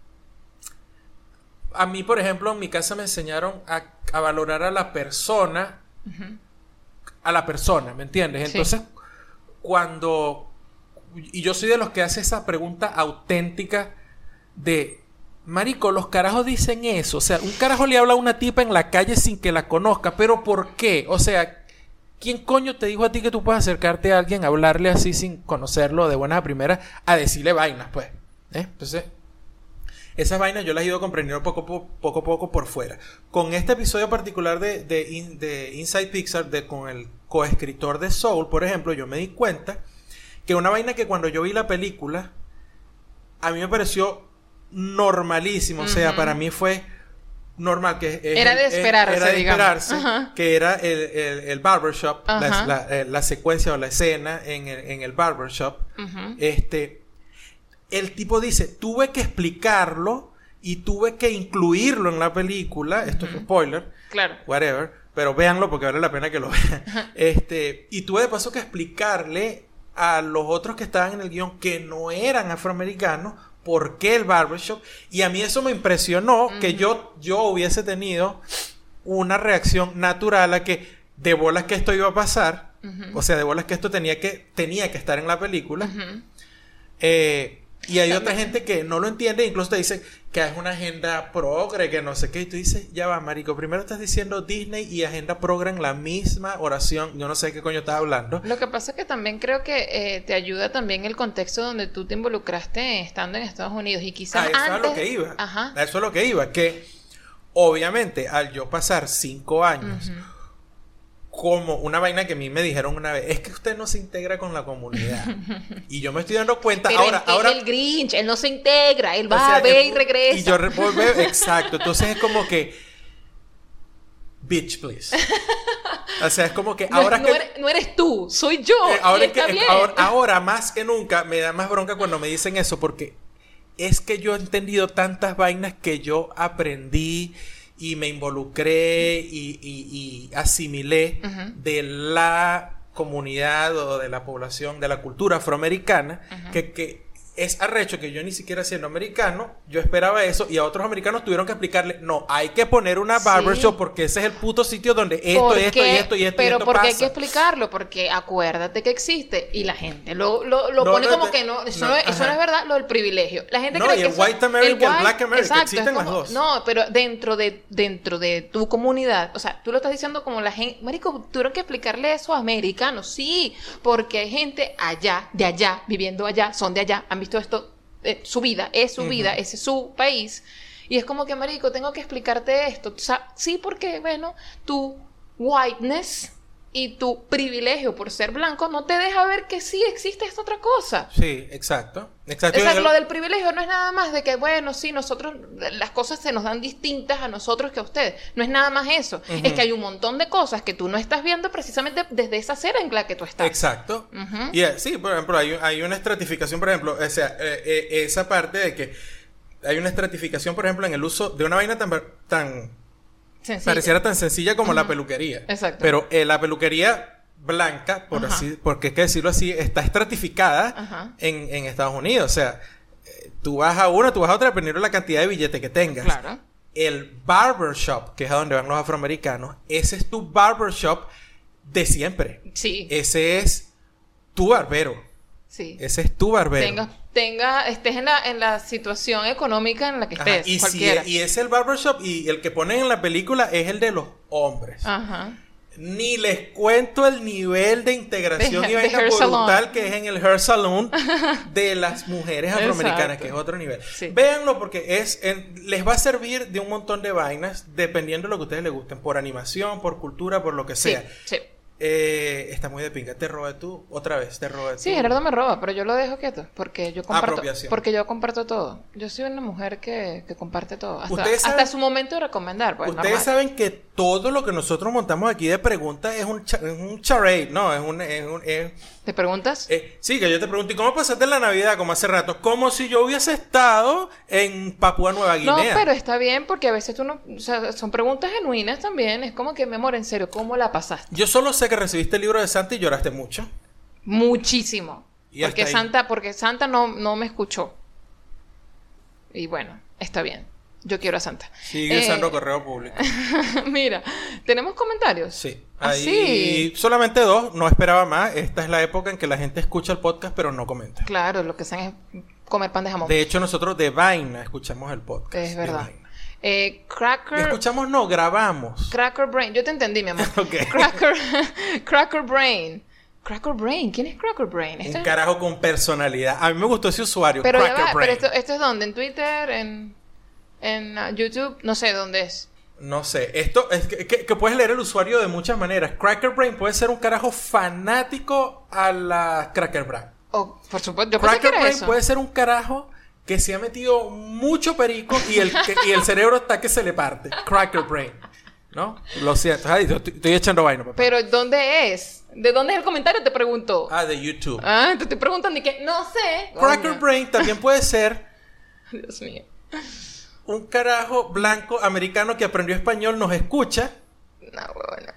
a mí, por ejemplo, en mi casa me enseñaron a, a valorar a la persona uh-huh. a la persona, ¿me entiendes? Entonces, sí. cuando y yo soy de los que hace esa pregunta auténtica de marico, los carajos dicen eso, o sea, un carajo le habla a una tipa en la calle sin que la conozca, pero ¿por qué? O sea, ¿quién coño te dijo a ti que tú puedes acercarte a alguien, hablarle así sin conocerlo de buenas a primeras, a decirle vainas, pues? ¿Eh? Entonces, esas vainas yo las he ido comprendiendo poco a poco, poco, poco por fuera. Con este episodio particular de, de, in, de Inside Pixar, de, con el coescritor de Soul, por ejemplo, yo me di cuenta que una vaina que cuando yo vi la película, a mí me pareció normalísimo. Uh-huh. O sea, para mí fue... normal, que es, era de esperarse, era de digamos. esperarse, uh-huh. que era el, el, el barbershop, uh-huh. la, la, la secuencia o la escena en el, en el barbershop. Uh-huh. Este, el tipo dice, tuve que explicarlo y tuve que incluirlo en la película. Uh-huh. Esto es spoiler, claro, whatever, pero véanlo porque vale la pena que lo vean. Uh-huh. Este, y tuve de paso que explicarle a los otros que estaban en el guión que no eran afroamericanos ¿por qué el barbershop? Y a mí eso me impresionó, uh-huh. que yo, yo hubiese tenido una reacción natural a que de bolas que esto iba a pasar, uh-huh. o sea, de bolas que esto tenía que, tenía que estar en la película. Uh-huh. Eh, y hay otra gente que no lo entiende, incluso te dice que es una agenda progre, que no sé qué, y tú dices, ya va, marico, primero estás diciendo Disney y agenda progre en la misma oración, yo no sé qué coño estás hablando. Lo que pasa es que también creo que eh, te ayuda también el contexto donde tú te involucraste estando en Estados Unidos, y quizás a eso antes... es lo que iba, Ajá. a eso es lo que iba, que obviamente al yo pasar cinco años... Uh-huh. Como una vaina que a mí me dijeron una vez, es que usted no se integra con la comunidad. Y yo me estoy dando cuenta. Pero ahora, es que ahora es el Grinch, él no se integra, él va o sea, a ver que, y regresa. Y yo veo, exacto. Entonces es como que, bitch, please. O sea, es como que no, ahora no que eres, no eres tú, soy yo. Eh, ahora, y está que, bien. Ahora, ahora más que nunca me da más bronca cuando me dicen eso, porque es que yo he entendido tantas vainas que yo aprendí y me involucré y, y, y asimilé uh-huh. de la comunidad o de la población, de la cultura afroamericana, uh-huh. que, que es arrecho que yo ni siquiera siendo americano, yo esperaba eso, y a otros americanos tuvieron que explicarle, no, hay que poner una barbershop sí. porque ese es el puto sitio donde esto, porque, esto y esto y esto pero y esto porque pasa. hay que explicarlo, porque acuérdate que existe y la gente lo, lo, lo no, pone no, como de, que no, eso no, no, eso no es verdad, lo del privilegio. La gente no, cree y que el eso, white America, el, white, el black America, exacto, existen como, las dos. No, pero dentro de dentro de tu comunidad, o sea, tú lo estás diciendo como la gente, marico, tuvieron que explicarle eso a americanos, sí, porque hay gente allá, de allá, viviendo allá, son de allá, han visto esto. Eh, su vida, es su uh-huh. vida, ese es su país, Y es como que, marico, tengo que explicarte esto. O sea, sí, porque, bueno, tu whiteness y tu privilegio por ser blanco no te deja ver que sí existe esta otra cosa. Sí, exacto. Exacto. O sea, Yo- lo del privilegio no es nada más de que, bueno, sí, nosotros, las cosas se nos dan distintas a nosotros que a ustedes. No es nada más eso. Ujú. Es que hay un montón de cosas que tú no estás viendo precisamente desde esa acera en la que tú estás. Exacto. Ujú. Y eh, sí, por ejemplo, hay, hay una estratificación, por ejemplo, o sea, eh, eh, esa parte de que hay una estratificación, por ejemplo, en el uso de una vaina tan, tan Sencilla. pareciera tan sencilla como Ujú. la peluquería. Exacto. Pero eh, la peluquería blanca, por Ajá. así, porque hay que decirlo así, está estratificada Ajá. en, en Estados Unidos. O sea, eh, tú vas a una, tú vas a otra, dependiendo de la cantidad de billete que tengas. Claro. El barbershop, que es a donde van los afroamericanos, ese es tu barbershop de siempre. Sí. Ese es tu barbero. Sí. Ese es tu barbero. Tenga, tenga, estés en la, en la situación económica en la que Ajá, estés, y, si, cualquiera. y es el barbershop y el que ponen en la película es el de los hombres. Ajá. Ni les cuento el nivel de integración De- y de vaina hair brutal salon. que es en el hair salon de las mujeres afroamericanas, Exacto. que es otro nivel. Sí. Véanlo porque es en- les va a servir de un montón de vainas dependiendo de lo que a ustedes les gusten, por animación, por cultura, por lo que Sí, sea. sí. Eh, está muy de pinga. Te robé tú otra vez, te robé Sí, tú. Gerardo me roba, pero yo lo dejo quieto porque yo comparto, Apropiación. porque yo comparto todo. Yo soy una mujer que, que comparte todo, hasta, Ustedes hasta saben- su momento de recomendar, pues Ustedes normal. saben que todo lo que nosotros montamos aquí de preguntas es un, cha- es un charade, ¿no? Es un... Es un es- ¿Te preguntas? eh, sí, que yo te pregunto, ¿y cómo pasaste la Navidad como hace rato? Como si yo hubiese estado en Papúa Nueva No, Guinea. pero está bien porque a veces tú no, o sea, son preguntas genuinas también. Es como que, mi amor, en serio, ¿cómo la pasaste? Yo solo sé que recibiste el libro de Santa y lloraste mucho. Muchísimo. Y Porque hasta ahí. Santa, porque Santa no, no me escuchó. Y bueno, está bien. Yo quiero a Santa. Sigue Eh, usando correo público. Mira, ¿tenemos comentarios? Sí. ¿Ah, Ahí sí? solamente dos, no esperaba más. Esta es la época en que la gente escucha el podcast pero no comenta. Claro, lo que hacen es comer pan de jamón. De hecho, nosotros de vaina escuchamos el podcast. Es de verdad. vaina. Eh, Cracker... Escuchamos, no, grabamos. Cracker Brain. Yo te entendí, mi amor. Ok. Cracker... Cracker Brain. Cracker Brain. ¿Quién es Cracker Brain? Este Un es- carajo con personalidad. A mí me gustó ese usuario. Pero ya Cracker va, Brain. pero esto, esto es dónde, en Twitter, en, en uh, YouTube, no sé dónde es. No sé, esto es que, que- que puedes leer el usuario de muchas maneras. Cracker Brain puede ser un carajo fanático a la Cracker Brain. Oh, por supuesto, yo pensé que Cracker era Brain eso. puede ser un carajo que se ha metido mucho perico y el, que- y el cerebro está que se le parte. Cracker Brain. ¿No? Lo siento. Ay, estoy, estoy echando vaina, papá. Pero ¿dónde es? ¿De dónde es el comentario? Te pregunto. Ah, de YouTube. Ah, te estoy preguntando y que no sé. Cracker Coño. Brain también puede ser Dios mío. un carajo blanco americano que aprendió español, nos escucha No, bueno.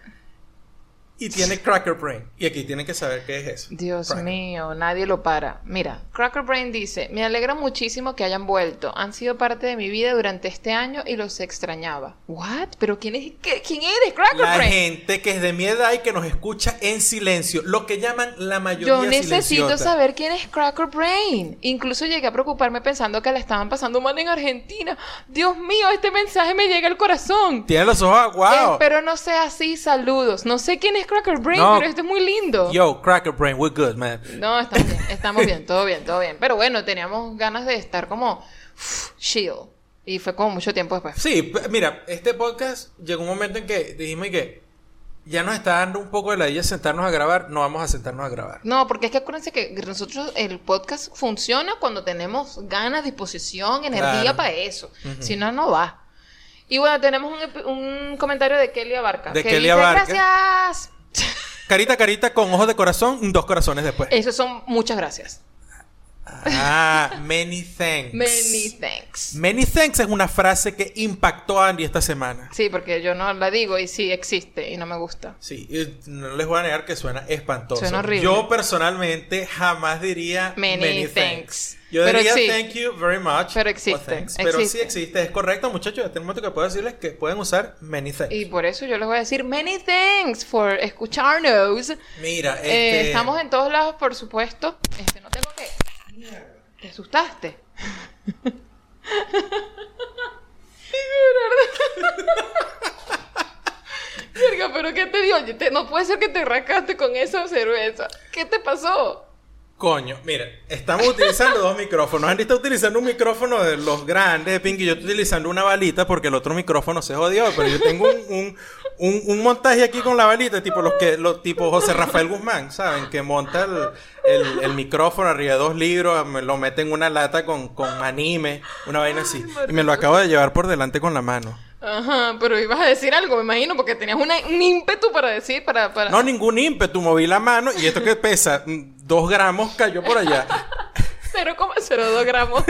y tiene Cracker Brain. Y aquí tienen que saber qué es eso. Dios Cracker. mío, nadie lo para. Mira, Cracker Brain dice, me alegra muchísimo que hayan vuelto. Han sido parte de mi vida durante este año y los extrañaba. ¿What? ¿Pero quién es? ¿Qué- ¿Quién eres, Cracker La Brain? gente que es de mi edad y que nos escucha en silencio, lo que llaman la mayoría Yo necesito silenciota. saber quién es Cracker Brain. Incluso llegué a preocuparme pensando que la estaban pasando mal en Argentina. Dios mío, este mensaje me llega al corazón. Tiene los ojos aguados. Espero no sea así, saludos. No sé quién es Cracker Brain, No. pero este es muy lindo. Yo, Cracker Brain, we're good, man. No, estamos bien, estamos bien, todo bien, todo bien. Pero bueno, teníamos ganas de estar como uf, chill. Y fue como mucho tiempo después. Sí, p- mira, este podcast llegó un momento en que dijimos que ya nos está dando un poco de la idea sentarnos a grabar, no vamos a sentarnos a grabar. No, porque es que acuérdense que nosotros, el podcast funciona cuando tenemos ganas, disposición, energía Claro. para eso. Ujú. Si no, no va. Y bueno, tenemos un, ep- un comentario de Kelly Abarca. De que Kelly dice, Abarca. Gracias. Carita, carita, con ojos de corazón, dos corazones después. Eso son muchas gracias. Ah, many thanks. Many thanks. Many thanks es una frase que impactó a Andy esta semana. Sí, porque yo no la digo y sí existe y no me gusta. Sí, y no les voy a negar que suena espantoso. Suena horrible. Yo personalmente jamás diría Many many, thanks. thanks. Yo Pero diría existe. thank you very much. Pero o existe, thanks. Pero sí existe. existe. Es correcto, muchachos. Este es el momento que puedo decirles que pueden usar many thanks. Y por eso yo les voy a decir many thanks for escucharnos. Mira, Eh, este... estamos en todos lados, por supuesto. Este, no tengo que... ¿Te asustaste? Verga, pero ¿qué te dio? Oye, te- no puede ser que te rascaste con esa cerveza. ¿Qué te pasó? Coño, mira, estamos utilizando dos micrófonos. Andy está utilizando un micrófono de los grandes de Pinky y yo estoy utilizando una balita porque el otro micrófono se jodió. Pero yo tengo un, un, un, un montaje aquí con la balita, tipo los que, los tipo José Rafael Guzmán, ¿saben? Que monta el, el, el micrófono arriba de dos libros, me lo mete en una lata con, con anime, una vaina así. Y me lo acabo de llevar por delante con la mano. Ajá, pero ibas a decir algo, me imagino, porque tenías una, un ímpetu para decir, para, para... No, ningún ímpetu, moví la mano y esto que pesa mm, dos gramos cayó por allá. cero coma cero dos gramos.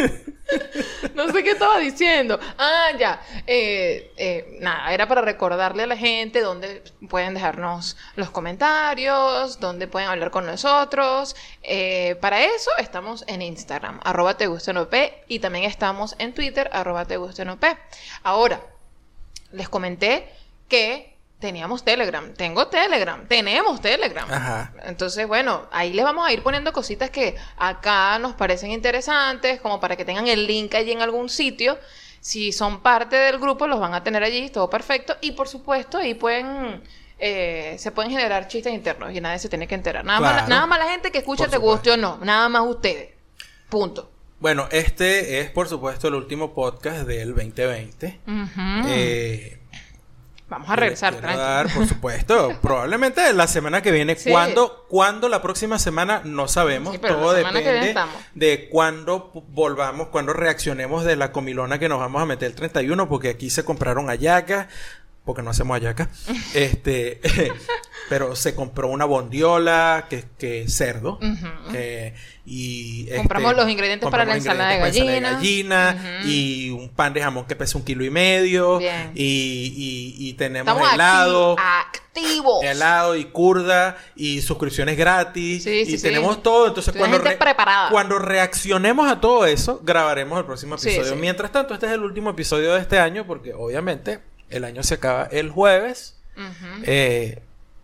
No sé qué estaba diciendo. Ah, ya. Eh, eh, nada, era para recordarle a la gente dónde pueden dejarnos los comentarios, dónde pueden hablar con nosotros. Eh, para eso estamos en Instagram, arroba te gusten op, y también estamos en Twitter, arroba te gusten op. Ahora, les comenté que teníamos Telegram. Tengo Telegram. Tenemos Telegram. Ajá. Entonces, bueno, ahí les vamos a ir poniendo cositas que acá nos parecen interesantes, como para que tengan el link allí en algún sitio. Si son parte del grupo, los van a tener allí, todo perfecto. Y, por supuesto, ahí pueden... Eh, se pueden generar chistes internos y nadie se tiene que enterar. Nada, Claro. más, nada más la gente que escucha, Por te supuesto. guste o no. Nada más ustedes. Punto. Bueno, este es, por supuesto, el último podcast del veinte veinte. Ujú. Eh... Vamos a regresar, Les quiero tranquilo. dar, por supuesto, probablemente la semana que viene. Sí. ¿Cuándo, ¿Cuándo la próxima semana? No sabemos. Sí, pero Todo la semana que viene depende estamos. de cuándo p- volvamos, cuándo reaccionemos de la comilona que nos vamos a meter el treinta y uno, porque aquí se compraron hallacas, porque no hacemos hallacas. este, pero se compró una bondiola, que que cerdo. Ujú. eh, y este, Compramos los ingredientes para la compramos ensalada de ingredientes para gallina. gallina, Ujú. y un pan de jamón que pesa un kilo y medio. Bien. Y, y, y tenemos Estamos helado. acti- activos. Helado y curda y suscripciones gratis. Sí, sí, y sí. tenemos todo. Entonces, Una cuando, gente re- preparada. cuando reaccionemos a todo eso, grabaremos el próximo Sí, episodio. sí. Mientras tanto, este es el último episodio de este año, porque obviamente el año se acaba el jueves. Ujú. Eh,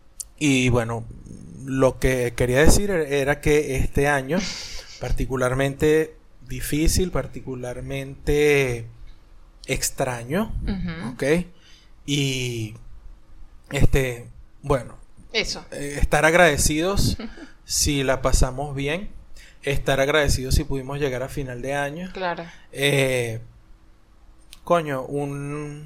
y bueno, lo que quería decir era que este año, particularmente difícil, particularmente extraño, Ujú. ¿ok? Y este, bueno, Eso. eh, estar agradecidos si la pasamos bien, estar agradecidos si pudimos llegar a final de año. Claro. Eh, coño, un,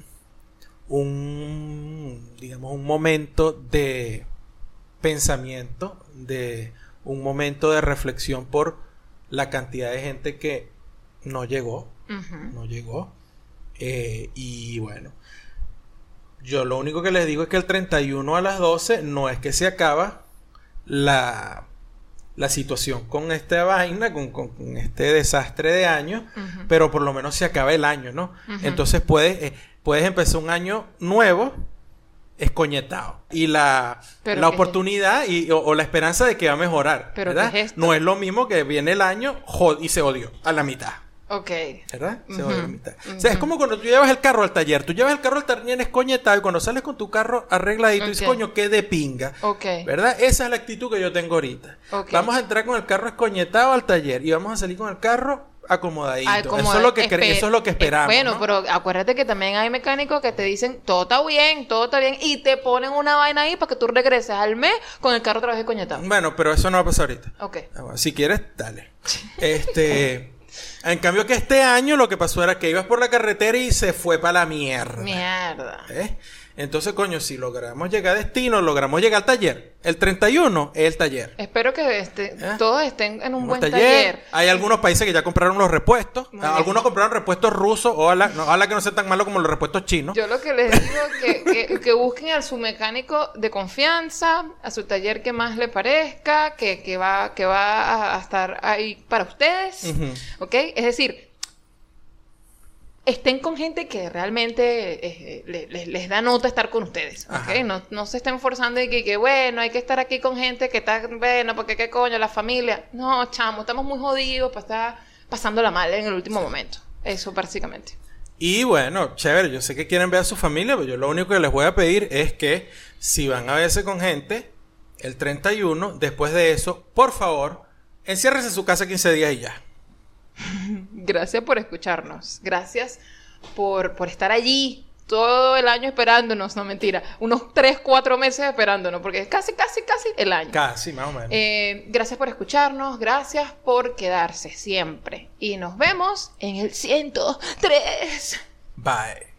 un, digamos, un momento de pensamiento, de un momento de reflexión por la cantidad de gente que no llegó, Ujú. no llegó. Eh, y bueno, yo lo único que les digo es que el treinta y uno a las doce no es que se acaba la, la situación con esta vaina, con, con, con este desastre de año, Ujú. pero por lo menos se acaba el año, ¿no? Ujú. Entonces puedes, eh, puedes empezar un año nuevo escoñetado. Y la, Pero la ¿qué es oportunidad y, o, o la esperanza de que va a mejorar, ¿Pero ¿verdad? qué es esto? No es lo mismo que viene el año jod- y se odió a la mitad. Ok. ¿Verdad? Se Ujú, va a la mitad. O sea, es como cuando tú llevas el carro al taller. Tú llevas el carro al taller escoñetado y cuando sales con tu carro arregladito, dices, Ok. coño, qué de pinga. Ok. ¿Verdad? Esa es la actitud que yo tengo ahorita. Ok. Vamos a entrar con el carro escoñetado al taller y vamos a salir con el carro acomodadito. Ay, como eso, es lo que cre- espe- eso es lo que esperamos. Bueno, ¿no? pero acuérdate que también hay mecánicos que te dicen todo está bien, todo está bien, y te ponen una vaina ahí para que tú regreses al mes con el carro otra vez coñetado. Bueno, pero eso no va a pasar ahorita. Ok. Ah, bueno, si quieres, dale. Este. En cambio que este año lo que pasó era que ibas por la carretera y se fue para la mierda. Mierda. ¿Eh? Entonces, coño, si logramos llegar a destino, logramos llegar al taller. El treinta y uno es el taller. Espero que este, ¿Eh? todos estén en un Un buen taller. Hay algunos países que ya compraron los repuestos. Muy Ah, bien. Algunos compraron repuestos rusos. Ojalá, no, ojalá que no sean tan malos como los repuestos chinos. Yo lo que les digo es que, que, que busquen a su mecánico de confianza, a su taller que más le parezca, que, que va, que va a, a estar ahí para ustedes. Ujú. ¿Ok? Es decir, estén con gente que realmente eh, le- le- les da nota estar con ustedes. ¿Ok? Ajá. No, no se estén forzando y que, que, bueno, hay que estar aquí con gente que está, bueno, porque qué coño, la familia. No, chamo, estamos muy jodidos para estar pasándola mal en el último momento. Eso, básicamente. Y bueno, chévere, yo sé que quieren ver a su familia, pero yo lo único que les voy a pedir es que si van a verse con gente el treinta y uno, después de eso, por favor, enciérrese en su casa quince días y ya. Gracias por escucharnos. Gracias por, por estar allí todo el año esperándonos, no mentira, unos tres, cuatro meses esperándonos, porque es casi, casi, casi el año. Casi, más o menos. Eh, gracias por escucharnos, gracias por quedarse siempre. Y nos vemos en el ciento tres. Bye.